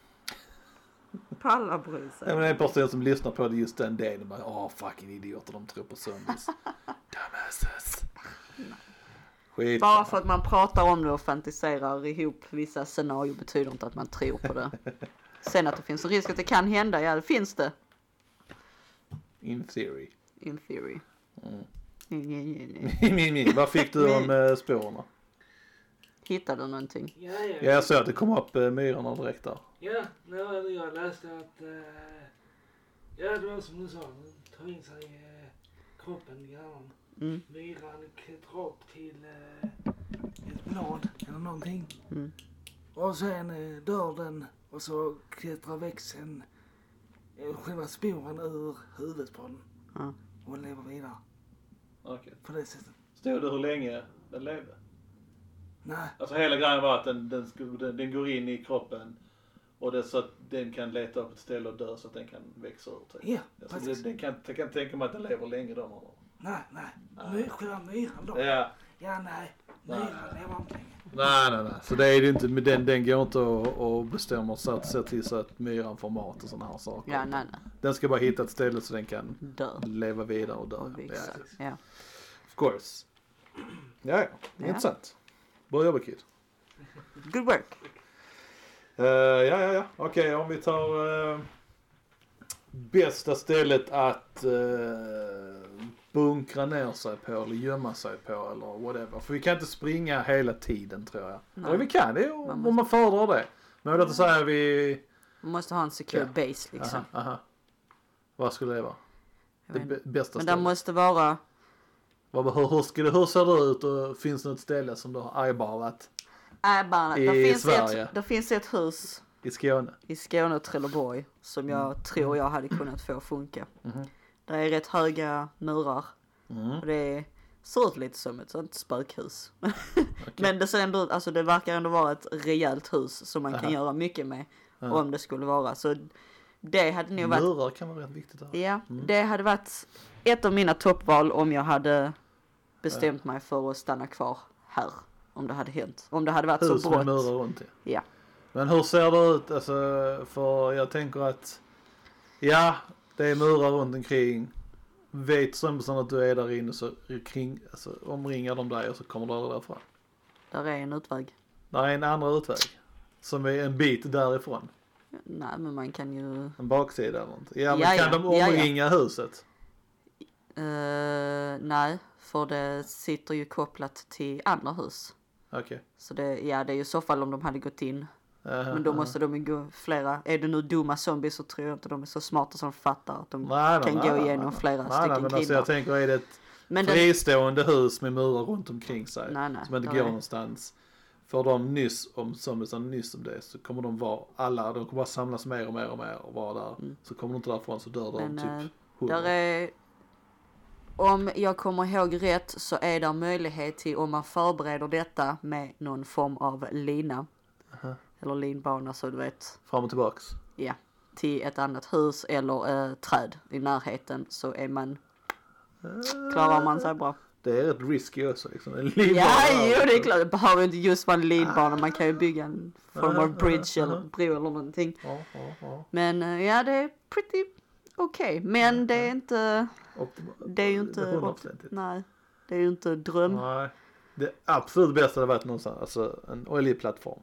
Palla bry sig. Ja, men det är en person som lyssnar på det just den dagen och bara, åh fucking idioter, de tror på zombies. Dumbasses. Skit. Bara för att man pratar om det och fantiserar ihop vissa scenarier betyder inte att man tror på det. Sen att det finns en risk att det kan hända, ja det finns det. In theory. In theory. Mm. Mm. Min, min. Vad fick du om äh, spåren? Hittade du någonting? Ja, ja. Ja, jag såg att det kom upp äh, myrorna direkt där. Ja, när jag läste att... Uh, ja, det var som du sa. Den tar in sig i uh, kroppen, hjärnan. Mm. Myran klättrar upp till uh, ett blad eller någonting. Mm. Och sen uh, dör den och så klättrar växeln, uh, själva sporen ur huvudet på den. Ja. Och lever vidare Okej. på det sättet. Stod det hur länge den levde? Nej, Alltså hela grejen var att den, den, sku- den, den går in i kroppen och det är så att den kan leta upp ett ställe och dö så att den kan växa ur. Typ. ja, Alltså, precis. den, den kan, jag kan tänka mig att den lever länge då. Nej, nej. My, själva myran då. Ja. Ja, nej. Myran lever inte länge. Nej, nej, nej. Så det är det inte, men den, den går inte att, att bestämma så att se till så att myran får mat och sådana här saker. Ja, nej, nej. Den ska bara hitta ett ställe så den kan Dö. leva vidare och dö. Och växa. Ja, Ja. of course. Ja, ja. Ja. Intressant. Bra jobbat kid. Good work. Uh, ja, ja, ja. Okej, om vi tar uh, bästa stället att uh, bunkra ner sig på eller gömma sig på eller whatever. För vi kan inte springa hela tiden tror jag. Nej. Eller vi kan det om man, måste... man föredrar det. Men låt oss säga vi... Man måste ha en secure ja. base liksom. Aha, aha. Vad skulle det vara? Det b- bästa Men stället. det måste vara... Vad, hur, hur, ska det, hur ser det ut och finns det något ställe som du har eyeballat? Eyeballat. I det finns Sverige? Ett, det finns ett hus. I Skåne? I Skåne och Trelleborg. Som jag mm. tror jag hade kunnat få funka. Mm. Det är rätt höga murar. Mm. Och det ser ut lite som ett sånt spökhus. Okay. Men det ser ändå ut, alltså det verkar ändå vara ett rejält hus som man Aha. kan göra mycket med. Aha. Om det skulle vara. Så det hade nog varit... Murar kan vara rätt viktigt här. Ja, mm. det hade varit ett av mina toppval om jag hade bestämt ja. mig för att stanna kvar här. Om det hade hänt. Om det hade varit hus så brått. Hus med murar runt det. Ja. Men hur ser det ut? Alltså, för jag tänker att ja, det är murar runt omkring. Vet zombisen att du är där inne så kring, alltså, omringar de dig och så kommer du därifrån. Där är en utväg. Där är en andra utväg. Som är en bit därifrån. Nej, men man kan ju... En baksida eller något. Ja, men ja, kan ja. de omringa ja, ja. huset? Uh, nej, för det sitter ju kopplat till andra hus. Okej. Okay. Så det, ja, det är ju i så fall om de hade gått in. Uh-huh, men då uh-huh. måste de ju gå flera. Är det nu dumma zombies så tror jag inte de är så smarta som fattar att de nej, kan nej, gå nej, igenom nej, flera nej, stycken nej, men alltså jag tänker, är det ett men fristående den... hus med murar runt omkring sig nej, nej, som inte går är... någonstans. Får de nyss om zombiesen nyss om det så kommer de vara alla, de kommer bara samlas mer och mer och mer och vara där. Mm. Så kommer de inte därifrån så dör de typ äh, hundra. Där är, om jag kommer ihåg rätt så är det möjlighet till om man förbereder detta med någon form av lina. Uh-huh. Eller linbana så du vet. Fram och tillbaks? Ja, till ett annat hus eller äh, träd i närheten så är man, uh, klarar man sig bra. Det är rätt risky också liksom. En linbana. Ja, jo, det är klart. Det behöver inte just vara en linbana. Man kan ju bygga en form av bridge eller bro eller någonting. Ja, ja, ja. Men ja, det är pretty okej. Okay. Men det är inte... Det är ju inte... hundraprocentigt. Nej, det är ju inte dröm. Nej, det absolut bästa hade varit någonstans. Alltså en oljeplattform.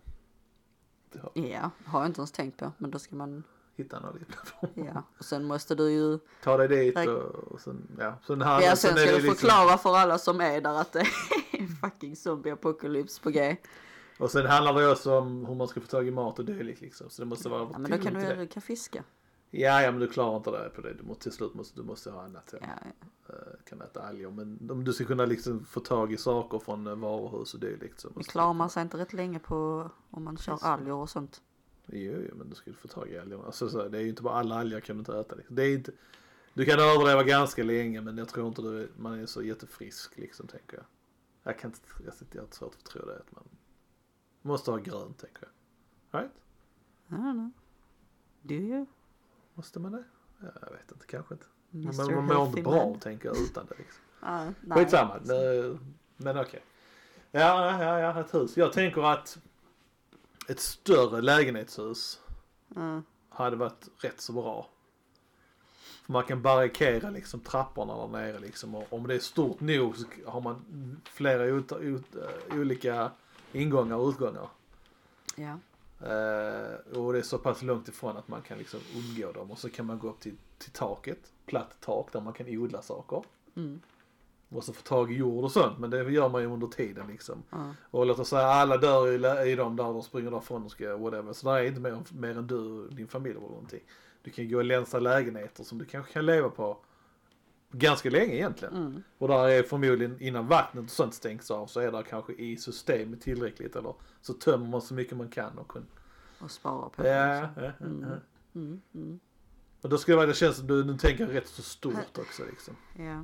Ja, har jag inte ens tänkt på. Men då ska man... Hitta en oljeplattform. Ja, och sen måste du ju... Ta dig dit och, och sen... Ja, sen, här, ja, sen, sen ska du liksom... förklara för alla som är där att det är fucking zombie-apocalypse på G. Och sen handlar det också om hur man ska få tag i mat och dylikt liksom. Så det måste vara... Ja, men då kan du, du kan fiska. Ja, ja, men du klarar inte det på det. Du måste, till slut måste du måste ha annat. Ja. Ja, ja. Uh, kan äta alger. Men om du ska kunna liksom få tag i saker från uh, varuhus och dylikt så måste det klarar man sig inte rätt länge på om man kör alger och sånt. Jo, jo, men du ska få tag i alger. Alltså, så, det är ju inte bara alla alger kan du inte äta. Liksom. Det är inte, du kan överleva ganska länge men jag tror inte du, man är så jättefrisk liksom, tänker jag. Jag kan inte, jag sitter jag svårt att tro det att man måste ha grönt, tänker jag. Right? I don't know. Do you? Måste man det? Ja, jag vet inte, kanske inte. mister Men man mår inte bra, tänker jag, utan det liksom. uh, Skitsamma, men okej. Okay. Ja, ja, ja, ett hus. Jag tänker att ett större lägenhetshus mm. hade varit rätt så bra. För man kan barrikera liksom trapporna där nere liksom. Och om det är stort nog så har man flera ut, ut, uh, olika ingångar och utgångar. Ja. Uh, och det är så pass långt ifrån att man kan liksom undgå dem. Och så kan man gå upp till, till taket, platt tak där man kan odla saker. Mm. Och så få tag i jord och sånt, men det gör man ju under tiden liksom. Mm. Och låt oss säga alla dör i, i dem där de springer därifrån och ska whatever. Så där är inte mer, mer än du och din familj eller någonting. Du kan gå och länsa lägenheter som du kanske kan leva på ganska länge egentligen. Mm. Och där är förmodligen innan vattnet och sånt stängs av så är det kanske i systemet tillräckligt eller så tömmer man så mycket man kan och kan. Och spara på ja, det. Ja, ja, mm. ja. Mm. Mm. Och då skulle det kännas som du, du tänker rätt så stort också liksom. Ja.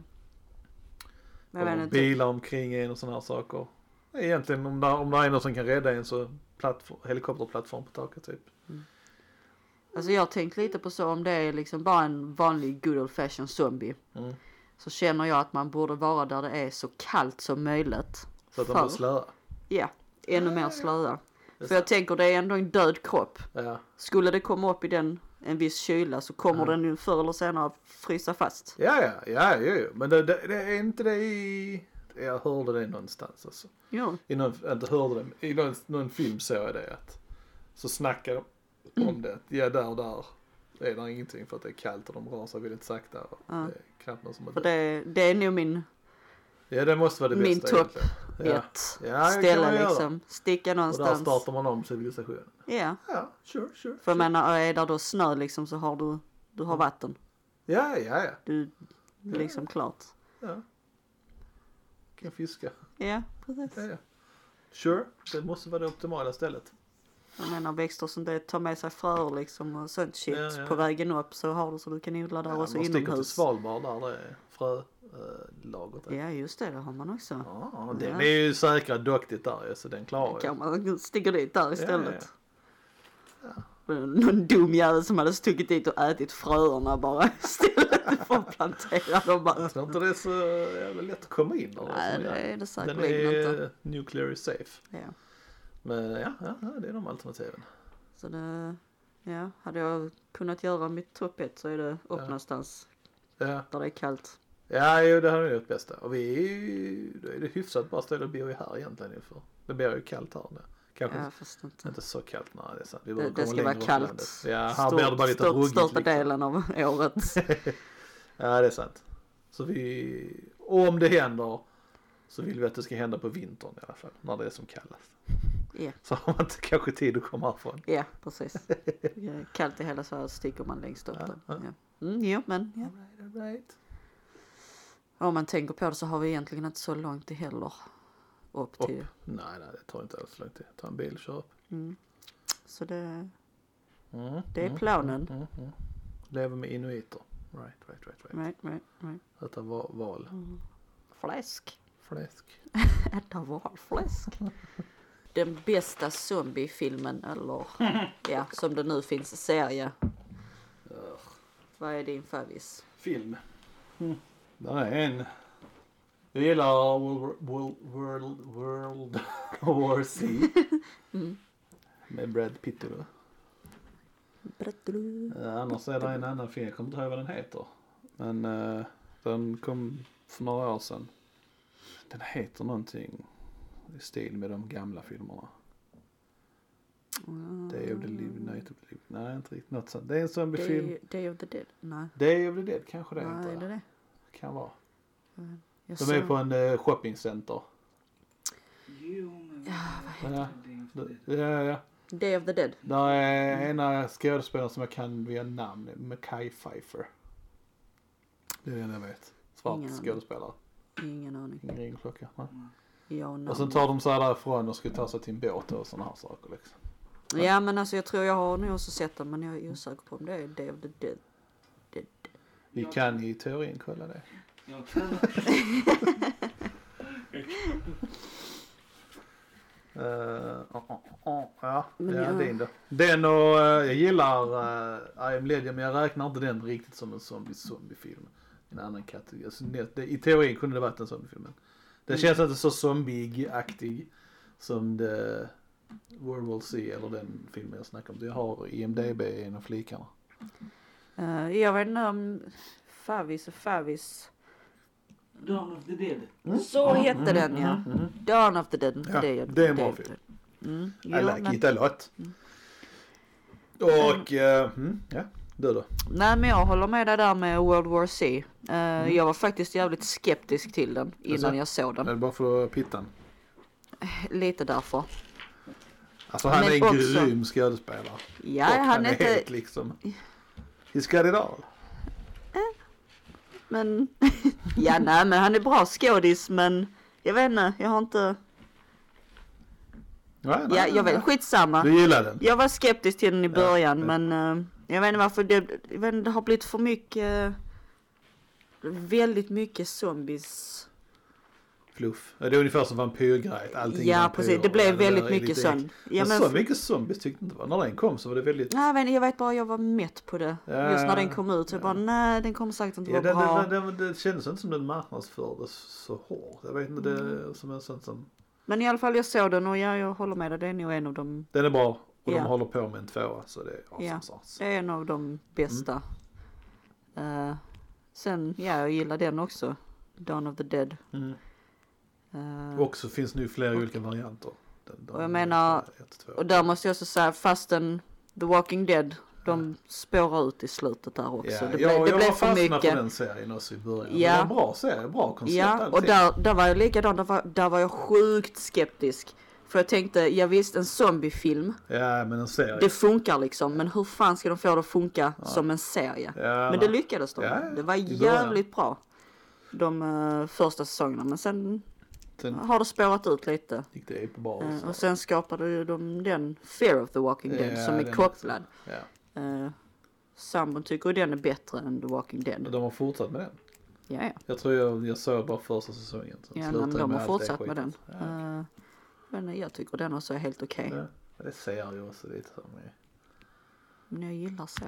Och bilar omkring en och sådana här saker. Egentligen om det, om det är någon som kan rädda en så plattform, helikopterplattform på taket typ. Mm. Alltså jag har tänkt lite på så om det är liksom bara en vanlig good old fashion zombie. Mm. Så känner jag att man borde vara där det är så kallt som möjligt. Så att de blir slöa? Ja, ännu mer slöa. För jag tänker det är ändå en död kropp. Ja. Skulle det komma upp i den en viss kyla så kommer mm. den ju förr eller senare frysa fast. Ja, ja, ja, ja, ja. Men det, det, det är inte det i... Jag hörde det någonstans alltså. Jo. I någon, inte hörde det, i någon, någon film såg jag det att så snackar de om det. Ja, där och där. är det ingenting för att det är kallt och de rör sig väldigt sakta. Och ja. Det är knappt någon som har För det, det är nog min, ja, det måste vara det min bästa topp ja. ett Ja, ställe liksom. Sticka och någonstans. där startar man om civilisationen. Ja. Ja, sure, sure. För jag sure. menar, är där då snö liksom så har du, du har vatten. Ja, ja, ja. Du, liksom ja. klart. Ja. Kan fiska. Ja, precis. Ja, ja. Sure, det måste vara det optimala stället. Jag menar växter som det tar med sig fröer liksom och sånt shit. Ja, ja. På vägen upp så har du så du kan odla där Ja, och så man sticker till inomhus. Svalbard där det är frölagret. Äh, Ja just det, det har man också. ja, den Ja. är ju säkrat duktigt där så den klarar Kan man sticker dit där istället. Ja, Någon dum jävel som hade stuckit dit och ätit fröerna bara istället för att plantera dem bara. Jag tror inte det är så jävla lätt att komma in där. Nej det är det Den säkerligen är inte. nuclear safe. Ja. Men ja, ja, ja, det är de alternativen. Så det, ja, hade jag kunnat göra mitt topp ett så är det upp Ja. någonstans Ja, där det är kallt. ja jo, det har vi gjort bästa. Och vi är ju, då är det hyfsat bra ställe att bo i här egentligen inför. Det blir ju kallt här nu. Kanske Ja fast inte. inte så kallt, nej det är sant. Vi Det, borde det komma ska längre vara upp i kallt. landet. Ja, här blir det bara lite stort, ruggigt största liksom. delen av året. Ja, det är sant. Så vi, om det händer så vill vi att det ska hända på vintern i alla fall, när det är som kallast. Ja. Så har man inte kanske tid att komma härifrån. Ja, precis. Det är kallt i hela Sverige så sticker man längst upp Ja, där. ja. Ja. Mm, jo, men ja. All right, all right. Om man tänker på det så har vi egentligen inte så långt till heller. Upp till. Upp. Nej, nej, det tar inte alls lång tid. Ta en bil och köra upp. Mm. Så det, Mm, det är mm, planen. Mm, mm. Lever med inuiter. Right, right, right, right. Right, right, right. Äta va- val. Mm. Fläsk. Fläsk. Äta valfläsk. Den bästa zombiefilmen eller ja, som det nu finns i serie. Vad är din favorit? Film. Mm. Där är en. Jag gillar World, World, World, World War C. Mm. Med Brad Pitt då. Berättar du? Uh, annars är det en annan film, jag kommer inte ihåg vad den heter. Men uh, den kom för några år sedan. Den heter någonting i stil med de gamla filmerna. Mm. Day of the Living, Night of the Living. Nej, inte riktigt något sånt. Det är en zombiefilm. Day, Day of the Dead? Nej. Day of the Dead kanske det Nej, heter. är det det? Kan vara. Jag De såg- är på en uh, shoppingcenter. Jo, men... Ja, vad Ja. det? Ja, ja. Day of the Dead. Där är ena skådespelaren som jag kan via namn. Mekhi Phifer. Det är den jag vet. Svart Ingen aning. skådespelare. Ingen aning. Ingen ringklocka. Nej. Ja, och Och sen tar de så här därifrån och ska ta sig till en båt och sådana här saker liksom. Ja men alltså jag tror jag har nog också sett den men jag är osäker på om det är Day of the Dead. Dead. Vi kan i teorin kolla det. Jag kan... Uh, uh, uh, uh, ja, Men ja jag- din då. Den och uh, jag gillar uh, I am Legend men jag räknar inte den riktigt som en zombie zombiefilm. En annan kategori. Alltså, det, det, i teorin kunde det varit en zombiefilm. Men den känns inte så zombie-aktig som det World War C eller den filmen jag snackar om. Jag har I M D B i en av flikarna. Uh, jag vet inte om Favis och Favis. Dawn of the Dead. Så hette den ja. Mm, mm. Dawn of the Dead. Ja, Day of det är en Day bra of the film. Dead. Mm. I Jo, like men, it a lot. Mm. Och, uh, mm, ja, du då? nej men jag håller med dig där med World War C. Uh, Mm. Jag var faktiskt jävligt skeptisk till den innan Alltså? jag såg den. Är det bara för pittan? Lite därför. Alltså han Men är en också- grym skådespelare. Ja, Och han är inte... helt liksom. He's got it all. Men, ja nej men han är bra skådis men jag vet inte, jag har inte, Nej, nej, ja jag vet, nej. skitsamma. Du gillar den? Jag var skeptisk till den i början ja. men uh, jag vet inte varför det, jag vet inte, det har blivit för mycket, väldigt mycket zombies. Fluff. Ja, det är ungefär som vampyrgrej. Allting är Ja vampyrer. precis, det blev Ja, väldigt där är mycket lite sånt. äck. Ja, Men men, så f- mycket zombies tyckte inte det var. När den kom så var det väldigt... nej, jag, vet, inte, jag vet bara jag var mätt på det. Ja, Just när den kom ut. Så jag ja. bara nej den kommer säkert inte Ja, vara det, bra. det, det, det kändes inte som den marknadsfördes så hårt. Jag vet inte, det är som en sån som... Men i alla fall jag såg den och ja, jag håller med dig. Det är nog en av de, Den är bra och Ja. de håller på med en tvåa så det är awesome Ja. sauce. det är en av de bästa. Uh, sen, ja jag gillar den också. Dawn of the Dead. Mm. Uh, Och så finns nu flera olika varianter. Den, den, Och jag menar- ett, två. och där måste jag också säga, fastän The Walking Dead De spårar ut i slutet där också. Ja, det jag, blev, det jag blev var för fastnad mycket. för den serien också i början. Ja. Det var en bra serie, bra koncept. Ja, och där, där var jag likadan. Där var, där var jag sjukt skeptisk. För jag tänkte, jag visst en zombiefilm. Ja, men en serie. Det funkar liksom. Men hur fan ska de få det att funka ja. som en serie? Ja, men det lyckades de. Ja, det var jävligt bra. De uh, första säsongerna. Men sen, sen har det spårat ut lite. Gick det på bra, uh, och sen skapade de den Fear of the Walking Dead ja, som är kopplad. Ja. Uh, Sambon tycker den är bättre än The Walking Dead. De har fortsatt med den. Ja, ja. Jag tror jag, jag såg bara första säsongen. Ja, men de har fortsatt med den. Ja, okay. uh, men jag tycker den också är helt okej. Okay. Ja, det ser jag också lite som mig. Men jag gillar så.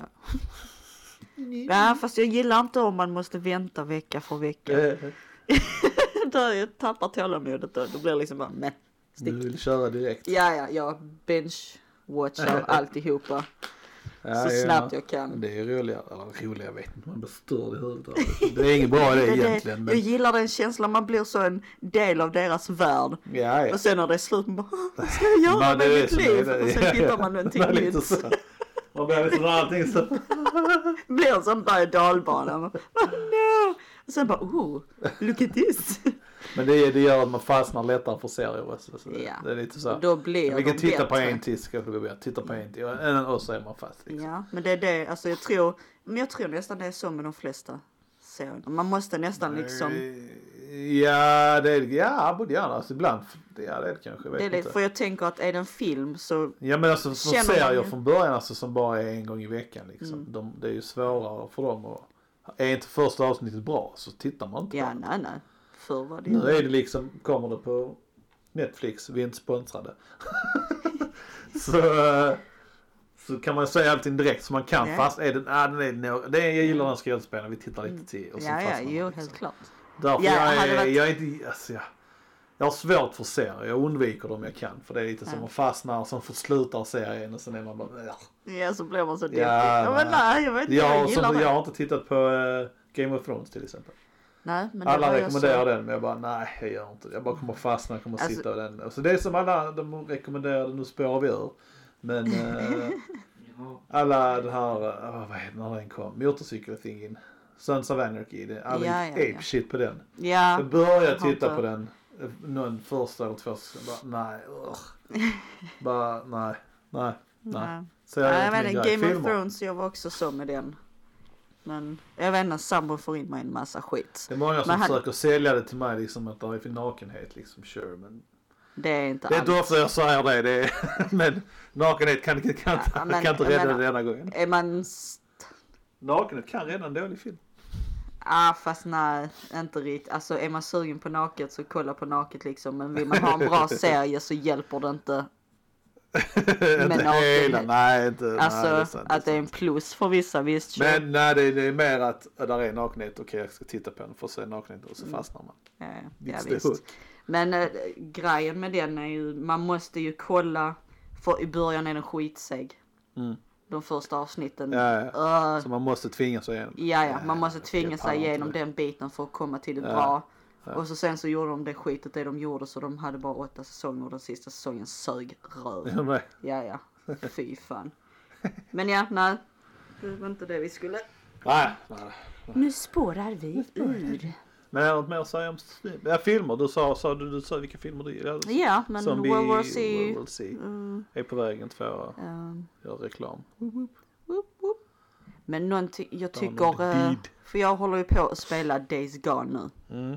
Ja, fast jag gillar inte om man måste vänta vecka för vecka. Då jag tappar tålamodet då. Det blir liksom bara, nej, stick. Du vill köra direkt. Ja, ja, jag binge-watchar alltihopa. Ja, så ja, snabbt jag kan. Det är roligare, eller roligare, jag vet inte, man blir störd i huvudet. Det är inget bra det egentligen. Men... Jag gillar den känslan, man blir så en del av deras värld. Ja, ja. Och sen när det är slut, man bara, vad ska jag göra man, med mitt liv? Det, och sen hittar man någonting nytt. Man börjar liksom allting så. Blir en sån berg- och dalbana. Oh, no. Och sen bara, oh, look at this. Men det, det gör att man fastnar lättare för serier. Så det, ja. det är lite så. Då blir vi kan de titta bättre. På en till, ska vi börja titta på en till. Och så är man fast. Liksom. Ja, men det är det, alltså jag tror, men jag tror nästan det är så med de flesta serierna. Man måste nästan liksom. Ja, det är, ja, både gärna, alltså ibland, ja det är det kanske, vet det är inte. För jag tänker att är det en film så. Ja men alltså för serier man... från början alltså som bara är en gång i veckan liksom. Mm. De, det är ju svårare för dem och är inte första avsnittet bra så tittar man inte. Ja, nej, nej. För vad det nu är det liksom, kommer det på Netflix, vi är inte sponsrade. så, så kan man säga allting direkt så man kan ja. Fast, är det, ah, den är, det är, jag gillar den skådespelaren, vi tittar lite till och så ja, ja, jo, liksom. helt klart. Därför ja, jag, är, varit... jag är inte, alltså, jag, jag har svårt för serier, jag undviker dem jag kan. För det är lite ja. Som man fastnar och sen får sluta serien och sen är man bara... Äh. Ja, så blir man så deppig. Ja, ja, men nej, jag vet inte, jag, jag gillar som, det. Jag har inte tittat på uh, Game of Thrones till exempel. Nej, men alla rekommenderar så... den men jag bara, nej jag gör inte det. Jag bara kommer fastna och kommer alltså... sitta och den. Och så det är som alla, de rekommenderar, nu spårar vi ur. Men uh, alla den här, uh, vad heter när den kom, motorcykeltingen. Sons of Anarchy, det, alla ja, ja, ape ja. Shit på den. Ja, jag började titta inte... på den någon första eller två bara nej. bara nej. Nej. Nej. Så jag, nej, jag vet inte, Game Filmer. of Thrones jag var också så med den. Men jag vet inte, Sambo får in mig en massa skit. Det är många som men försöker han... sälja det till mig liksom att det är för nakenhet liksom, sure men det är inte det är inte ofta jag säger det, det är... men nakenhet kan, kan, kan, ja, men, kan inte rädda menar, det denna gången. Är man... Nakenhet kan rädda en dålig film. Ah, fast nej, inte riktigt. Alltså är man sugen på naket så kolla på naket liksom. Men vill man ha en bra serie så hjälper det inte med nakenhet. Nej, inte. Alltså nej, det sant, att det är en plus för vissa, visst. Men kör. Nej, det är, det är mer att där är nakenhet. Okej, okay, jag ska titta på den för att se nakenhet och så mm. fastnar man. Ja, ja visst. Men äh, grejen med den är ju, man måste ju kolla, för i början är den skitseg. Mm. De första avsnitten. Ja, ja. Uh, så man måste tvinga sig igenom. Ja, ja. Man måste tvinga sig igenom den biten för att komma till det ja, bra. Ja. Och så sen så gjorde de det skitet det de gjorde så de hade bara åtta säsonger och den sista säsongen sög röv. Ja, ja. Fy fan. Men ja, nej. Det var inte det vi skulle. Nej, nej. Nu spårar vi ur. Men är det något mer att säga om ja, filmer? Du sa, sa du, du sa vilka filmer du gillar? Ja, men Zombie, World War C. World War C. Mm. Är på vägen två um. gör reklam. Woop, woop. Woop, woop. Men någonting, jag tycker, uh, för jag håller ju på att spela Days Gone nu. Mm.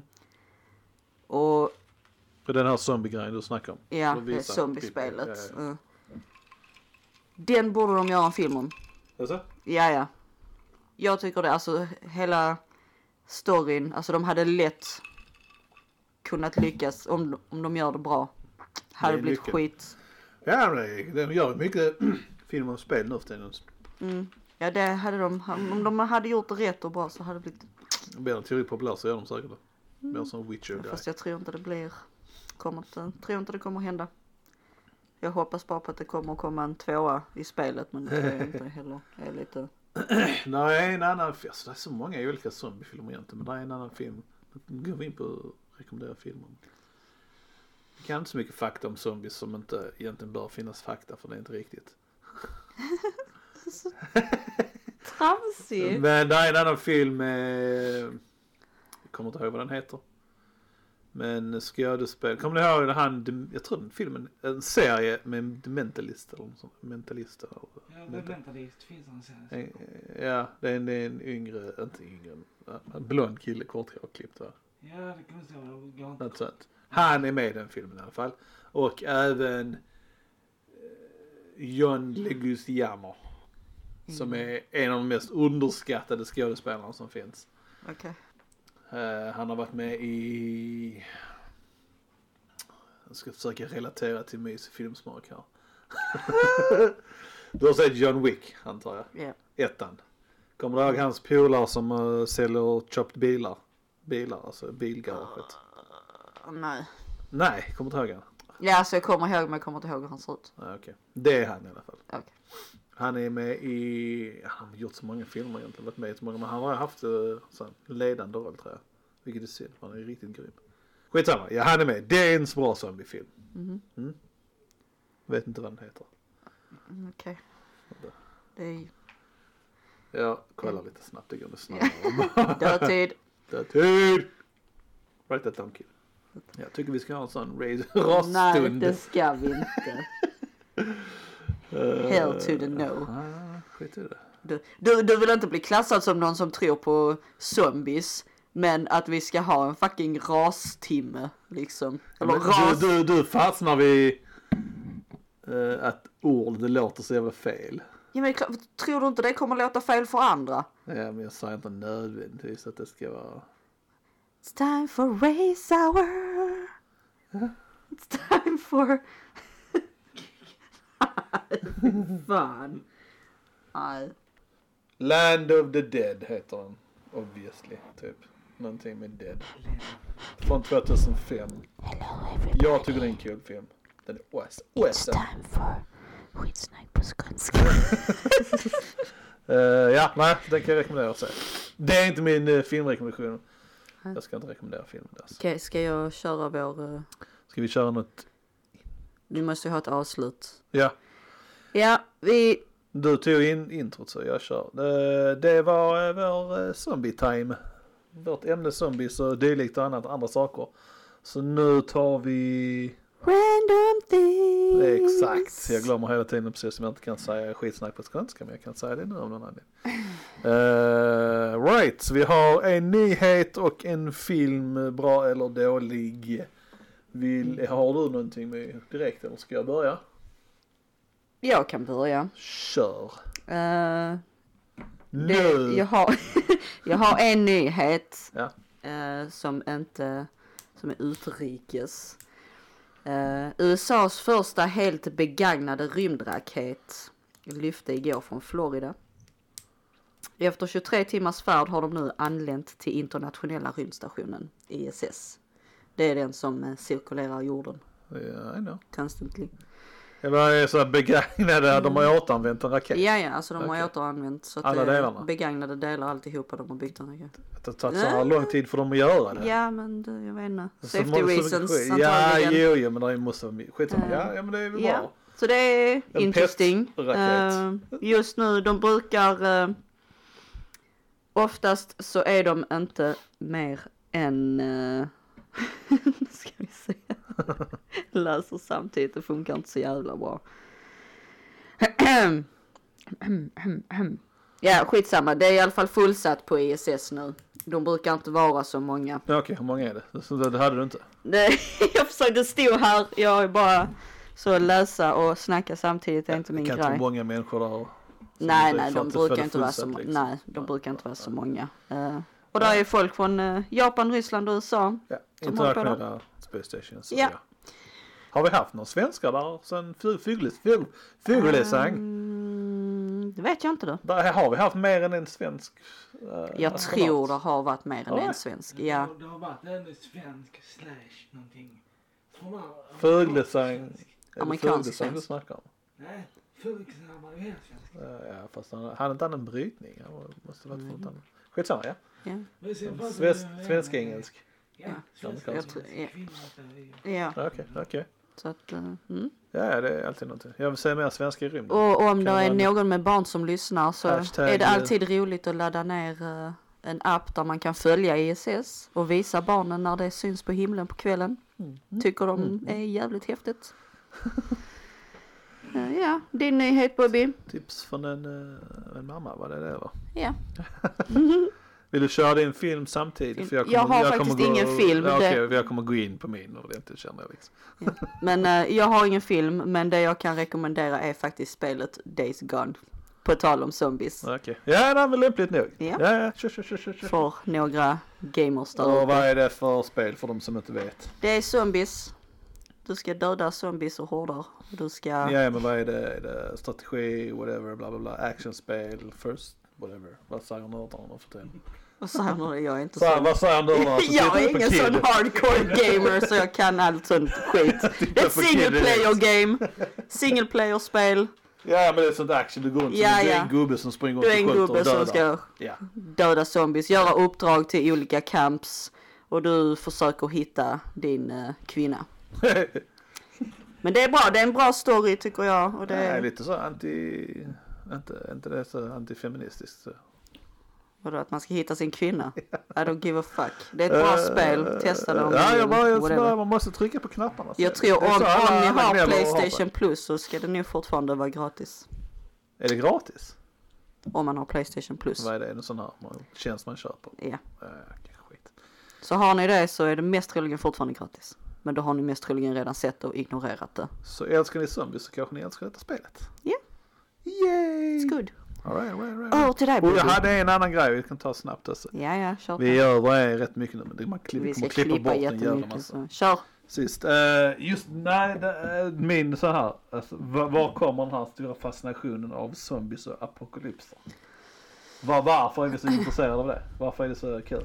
Och för den här zombie-grejen du snackar om. Ja, det är zombiespelet. Ja, ja. Uh. Den borde de göra en film om. Alltså? Ja, ja. Jag tycker det, alltså hela storyn, alltså de hade lätt kunnat lyckas om, om de gör det bra. Hade det blivit mycket. Skit. Ja, men de gör mycket film om spel nu för mm. Ja, det hade de, om de hade gjort det rätt och bra så hade det blivit... Blir det teori populär så gör de säkert det. Mer som Witcher guy. Fast jag tror inte det blir, kommer inte, tror inte det kommer hända. Jag hoppas bara på att det kommer att komma en tvåa i spelet, men det tror jag inte heller. Jag är lite... Nej, en annan film. Alltså, det är så många olika zombiefilmer egentligen, men det är en annan film. Nu går vi in på att rekommendera filmer. Det kan inte så mycket fakta om zombies som inte egentligen bör finnas fakta, för det är inte riktigt. Tramsig. Men det är en annan film med, jag kommer inte ihåg vad den heter. Men skådespel, kommer ni ihåg han, jag tror den filmen, en serie med Mentalist eller något sånt, Mentalist eller, ja, med Mentalist finns en serie. Ja, det är en, det är en yngre, inte yngre, en blond kille, kortklippt va? Ja, det kan man säga, något sånt. Han är med i den filmen i alla fall. Och även John Leguizamo. Mm. Som är en av de mest underskattade skådespelarna som finns. Okej. Okay. Uh, han har varit med i... Jag ska försöka relatera till mig filmsmak här. Du har sett John Wick, antar jag. Ja. Yeah. Ettan. Kommer du ihåg hans polare som uh, säljer köpt bilar? Bilar, alltså bilgaraget. Uh, nej. Nej, kommer du ihåg han? Ja, alltså jag kommer ihåg men jag kommer inte ihåg hur han ser ut. Ah, okay. Det är han i alla fall. Okay. Han är med i, han har gjort så många filmer egentligen, varit med i så många, men han har haft uh, så ledande roll tror jag. Vilket är synd, han är riktigt grym. Skitsamma, ja han är med. Det är en bra zombiefilm. Mm. Mm. Vet inte vad den heter. Mm, Okej. Okay. Det är... Ja, kolla mm. lite snabbt, det går med snabbare. Dödtid. Dödtid! Right that down kid. Jag tycker vi ska ha en sån rasstund. Nej, det ska vi inte. Hell to the no. Ah, skit i det. Du, du, du vill inte bli klassad som någon som tror på zombies, men att vi ska ha en fucking rastimme liksom. Eller ras... du, du, du fastnar vid uh, att ord det låter så jävla fel. Ja, men klart, tror du inte det kommer låta fel för andra? Ja, men jag säger inte nödvändigtvis att det ska vara... It's time for race hour. Huh? It's time for... Fan. Nej. Land of the Dead heter den. Obviously, typ. Någonting med Dead. Från tjugohundrafem. Jag tycker det är en kul film. Den är awesome. It's time for skitsnack på skånska. uh, ja, nej, den kan jag rekommendera att se. Det är inte min uh, filmrekommendation. Jag ska inte rekommendera filmen. Okej, okay, ska jag köra vår... Uh... Ska vi köra något? Vi måste ju ha ett avslut. Ja. Ja, vi... Du tog in introt så jag kör. Det, det var uh, vår uh, zombie time. Vårt ämne zombies och dylikt och annat, andra saker. Så nu tar vi... Random things. Det är exakt. Jag glömmer hela tiden precis som jag inte kan säga skitsnack på skånska, men jag kan säga det nu om någon annan. Uh, right, så vi har en nyhet och en film, bra eller dålig. Vill, har du någonting med direkt eller ska jag börja? Jag kan börja. Kör. Uh, nu. Det, jag, har, jag har en nyhet ja. uh, som inte som är utrikes. Uh, U S A:s första helt begagnade rymdraket lyfte igår från Florida. Efter tjugotre timmars färd har de nu anlänt till internationella rymdstationen I S S. Det är den som uh, cirkulerar jorden. Yeah, I know. Constantly. Det var så begagnade, mm. de har återanvänt en raket. Ja, ja, alltså de okay. har återanvänt så att alla det delarna. Begagnade delar alltihopa de har byggt en raket. Det har tagit så här lång tid för dem att göra det. Ja, men det, jag vet inte. Safety så reasons antagligen. Ja, jo, jo, men det måste vara skitsamma. Uh, ja, ja, men det är väl ja. bra. Så det är en interesting. Uh, just nu, de brukar... Uh, oftast så är de inte mer än... Uh, ska vi se. Läser samtidigt, det funkar inte så jävla bra. Ja, skitsamma. Det är i alla fall fullsatt på I S S nu. De brukar inte vara så många. Ja, okej, hur många är det? Så det, det hade du inte? Det, jag försökte stå här. Jag är bara så läsa och snacka samtidigt. Det är inte min grej. Det kan inte många människor där. Nej, nej, de brukar inte vara så många. Liksom. Nej, de brukar inte vara så många. Uh, och där är folk från uh, Japan, Ryssland och U S A. Ja, internationella space stations. Ja. Ja. Har vi haft någon svenskar där sen Fuglesang? Um, det vet jag inte då. Där har vi haft mer än en svensk. Uh, jag tror det har varit mer än ja. en svensk. Ja. Det har varit en svensk slash någonting. Fuglesang. Amerikansk svensk. Du snackar om? Nej, Fuglesang var ju helt svensk. Uh, ja, fast han hade inte en brytning. Han måste varit mm. från skitsamma, ja. ja. Svensk, svensk engelsk. Ja, ja. svensk ja. ja. Ja. Okej, okej. Så att, uh, mm. Ja, det är alltid någonting. Jag vill säga mer svenska i rymden. Och, och om det är någon med barn som lyssnar så Hashtag, är det alltid roligt att ladda ner uh, en app där man kan följa I S S och visa barnen när det syns på himlen på kvällen. Mm. Tycker de mm. är jävligt häftigt. uh, ja, din nyhet Bobby. Tips från en, uh, en mamma, vad det är det va? Ja. Vill du köra din film samtidigt? För jag, kommer, jag har jag faktiskt kommer ingen gå, film. Ja, det... okay, jag kommer gå in på min och det inte känner jag liksom. Ja. Men uh, jag har ingen film, men det jag kan rekommendera är faktiskt spelet Days Gone. På tal om zombies. Okej. Okay. Ja, det är väl lämpligt nog. Ja, ja, ja. Kör, kör, kör, kör. För några gamers där. Och vad är det för spel för de som inte vet? Det är zombies. Du ska döda zombies och horder. Du ska... Ja, men vad är det? Är det strategi, whatever, bla bla bla, actionspel, first, whatever. Vad säger nördarna för tiden? Vad säger nördarna? Jag är inte så... Vad säger nördarna? Jag är ingen sån hardcore gamer så jag kan allt sånt skit. Det är ett single player game. Single player spel. Ja, men det är sånt action. Du går inte ja, som ja. en gubbe som springer runt och skjuter och dödar. Du är en gubbe som ska ja. döda zombies. Göra uppdrag till olika camps. Och du försöker hitta din uh, kvinna. Men det är bra, det är en bra story tycker jag. Och det är lite så anti, inte, inte det så antifeministiskt. Så. Vadå, att man ska hitta sin kvinna? I don't give a fuck. Det är ett bra uh, spel, testa det om ja, jag bara, jag bara, man måste trycka på knapparna. Jag tror om, om ni har PlayStation Plus så ska det nu fortfarande vara gratis. Är det gratis? Om man har PlayStation Plus. Vad är det? En sån här tjänst man köper? Ja. Uh, skit. Så har ni det så är det mest troligen fortfarande gratis. Men då har ni mest troligen redan sett och ignorerat det. Så älskar ni zombies så kanske ni älskar detta spelet. Ja. Yeah. Yay! It's good. All right, right, right. Oh, till dig, och jag hade en annan grej vi kan ta snabbt också. Ja, ja, kör. Vi gör vad är rätt mycket nu, men man klipper, vi ska klippa klippa bort en jävla massa. Så. Kör. Sist. Uh, just, nej, det, uh, min så här. Alltså, var, var kommer den här stora fascinationen av zombies och apokalypser? Var, varför är vi så intresserade av det? Varför är det så kul?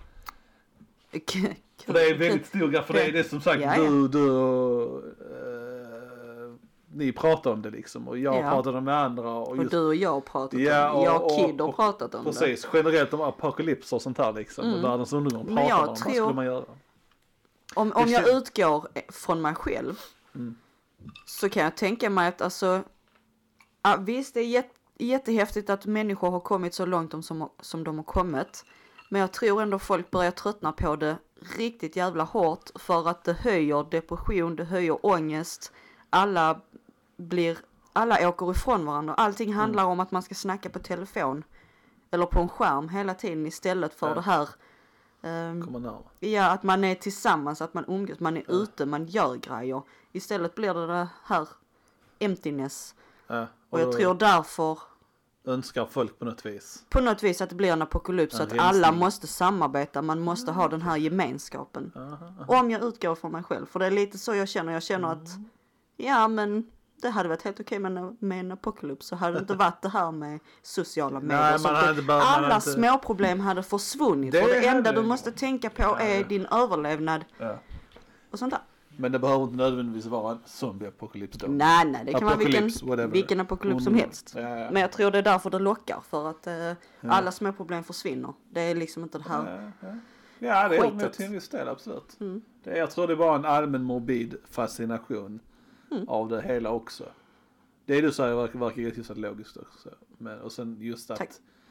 K- för det är väldigt stor grej, för det är det som sagt, ja, ja. du, du och uh, ni pratar om det liksom, och jag ja. pratade med andra. Och, just, och du och jag pratat ja, om det. Jag och Kid har och, pratat om precis, det. Precis, generellt om apokalypser och sånt här liksom, mm. och världens undergång pratar om, vad skulle man göra? Om, om jag utgår från mig själv mm. så kan jag tänka mig att alltså, ja, visst det är jätte, jättehäftigt att människor har kommit så långt som, som de har kommit. Men jag tror ändå folk börjar tröttna på det riktigt jävla hårt för att det höjer depression, det höjer ångest. Alla blir, alla åker ifrån varandra. Allting handlar mm. om att man ska snacka på telefon eller på en skärm hela tiden istället för ja. det här. Um, ja, att man är tillsammans, att man umgås, man är ja. ute, man gör grejer. Istället blir det det här emptiness. Ja, och, och jag tror därför önskar folk på något vis. På något vis att det blir en apokalyps, så att alla måste samarbeta, man måste ha den här gemenskapen. Aha, aha. Om jag utgår från mig själv, för det är lite så jag känner, jag känner att ja men det hade varit helt okej med, med en apokalyps, så hade det inte varit det här med sociala medier. Nej, bara, alla inte... små problem hade försvunnit. Det, och det enda hade... du måste tänka på ja, är ja. din överlevnad. Ja. Och sånt där. Men det behöver inte nödvändigtvis vara en zombie-apokalyps då. Nej, nej, det kan vara vilken, vilken apokalyps som helst. Ja, ja. Men jag tror det är därför det lockar, för att eh, ja. alla små problem försvinner. Det är liksom inte det här ja, ja. ja, det är det till en viss del, absolut. Mm. Det, jag tror det är bara en allmän morbid fascination mm. av det hela också. Det är du säger verkar, verkar helt logiskt också. Men, och sen just att... Tack.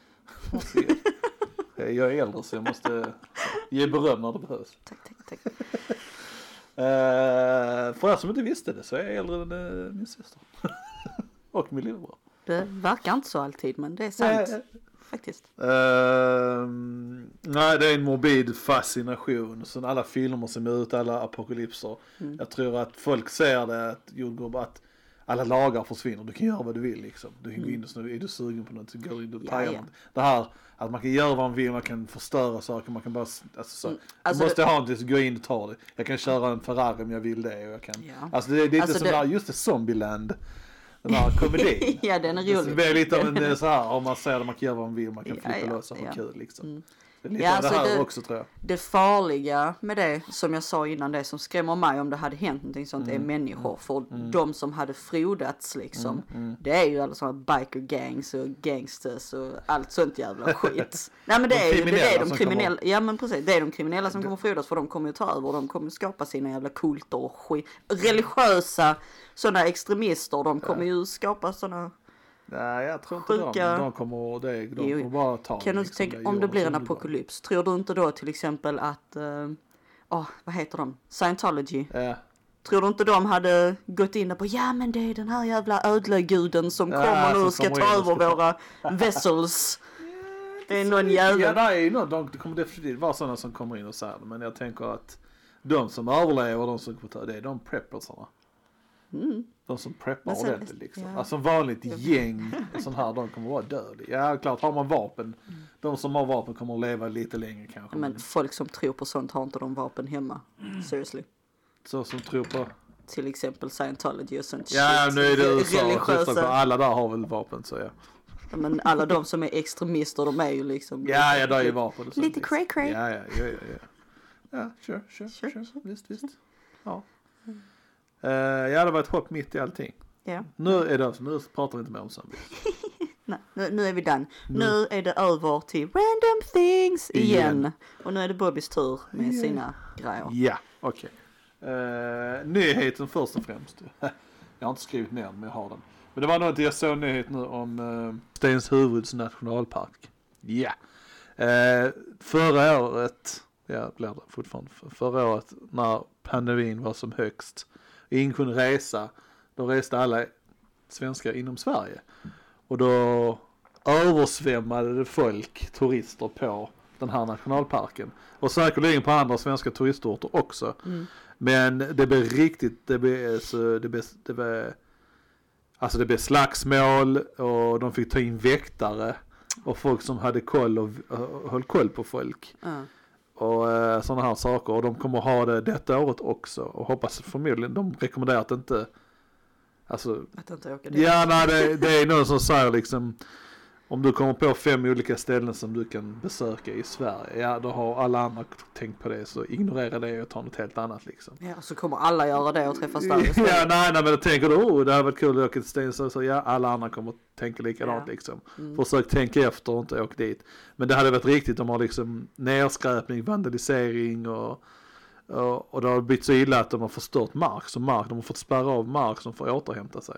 jag är äldre så jag måste ge beröm när det behövs. Tack, tack, tack. Uh, för er som inte visste det så är jag äldre än uh, min syster. Och min lillebror. Det verkar inte så alltid, men det är sant. Uh, faktiskt. Uh, nej, det är en morbid fascination. Så alla filmer som är ute, alla apokalypser. Mm. Jag tror att folk ser det, att jordgubbar, att alla lagar försvinner. Du kan göra vad du vill liksom. Du kan mm. gå in och snö, är du sugen på något så går in och pajar något. Det här, att man kan göra vad man vill, man kan förstöra saker, man kan bara, alltså så. Mm. Alltså du måste det... ha något så gå in och ta det. Jag kan köra en Ferrari om jag vill det. Och jag kan, ja. Alltså det, det är inte alltså som det... där, just det, Zombieland. Den här komedin. Ja, den är rolig. Det är lite av en så här, om man säger att man kan göra vad man vill, man kan flippa ja, ja, lösa, ha ja. kul liksom. Mm. Det är lite ja, av det här det, också tror jag. Det farliga med det, som jag sa innan, det som skrämmer mig om det hade hänt någonting sånt, mm. är människor. För mm. de som hade frodats liksom, mm. Mm. det är ju alla sådana biker gangs och gangsters och allt sånt jävla skit. Nej men det de är ju det är de kriminella, kommer... ja men precis, det är de kriminella som det... kommer frodas, för de kommer ju ta över, de kommer skapa sina jävla kulter och skit. Religiösa sådana extremister, de kommer ja. ju skapa sådana... Nej, jag tror inte Sjuka... de, de kommer, det, de kommer bara ta kan du inte liksom, tänka, om det blir en apokalyps, tror du inte då till exempel att, uh, oh, vad heter de? Scientology. Ja. Tror du inte de hade gått in och på, ja men det är den här jävla ödleguden som ja, kommer nu och ska ta över ska våra vessels. Det är någon jävla... Ja, det är ju någon, de, det kommer definitivt vara sådana som kommer in och säger det, men jag tänker att de som överlever, de som kommer ta, det är de preppersarna. Mm. De som preppar sen, ordentligt liksom. Ja. Alltså vanligt gäng sån här, de kommer vara dödliga. Ja, klart har man vapen. Mm. De som har vapen kommer att leva lite längre kanske. Men folk som tror på sånt har inte de vapen hemma. Mm. Seriously. Så som tror på? Till exempel Scientology och sånt. Ja, shit. Nu är det U S A. Religiösa... Alla där har väl vapen så ja. Ja. Men alla de som är extremister, de är ju liksom... Ja, ja, det är ju vapen. Och lite cray cray. Ja, ja, ja, ja. Ja, ja sure, sure, sure, sure. Visst, visst. Ja. Mm. Uh, ja, det var ett hopp mitt i allting. Ja. Nu är det, nu pratar vi inte mer om zombie. Nej, nu, nu är vi done. Nu. nu är det över till random things igen. igen. Och nu är det Bobbys tur med yeah. sina grejer. Ja, okej. Okay. Uh, nyheten först och främst. Jag har inte skrivit ner den, men jag har den. Men det var något jag såg nyhet nu om uh, Stenshuvuds nationalpark. Ja. Yeah. Uh, förra året, ja, blir det fortfarande. Förra året när pandemin var som högst. Ingen kunde resa. Då reste alla svenskar inom Sverige. Och då översvämmade det folk, turister på den här nationalparken. Och säkerligen på andra svenska turistorter också. Mm. Men det blev riktigt, det blev, så det blev, det blev, alltså det blev slagsmål och de fick ta in väktare. Och folk som hade koll och, och höll koll på folk. Mm. Och eh, sådana här saker. Och de kommer ha det detta året också. Och hoppas förmodligen, de rekommenderar att inte alltså, att inte åka dit. Ja, nej, det, det är någon som säger liksom, om du kommer på fem olika ställen som du kan besöka i Sverige, ja då har alla andra tänkt på det, så ignorera det och ta något helt annat liksom. Ja, så kommer alla göra det och träffas där. Ja, nej, nej, men då tänker du, oh, det hade varit kul att åka till Stensö, så ja, alla andra kommer att tänka likadant ja. liksom. Mm. Försök tänka efter och inte åka dit. Men det hade varit riktigt om man har liksom nedskräpning, vandalisering och Och, och det har blivit så illa att de har förstört mark som mark. De har fått spärra av mark som får återhämta sig.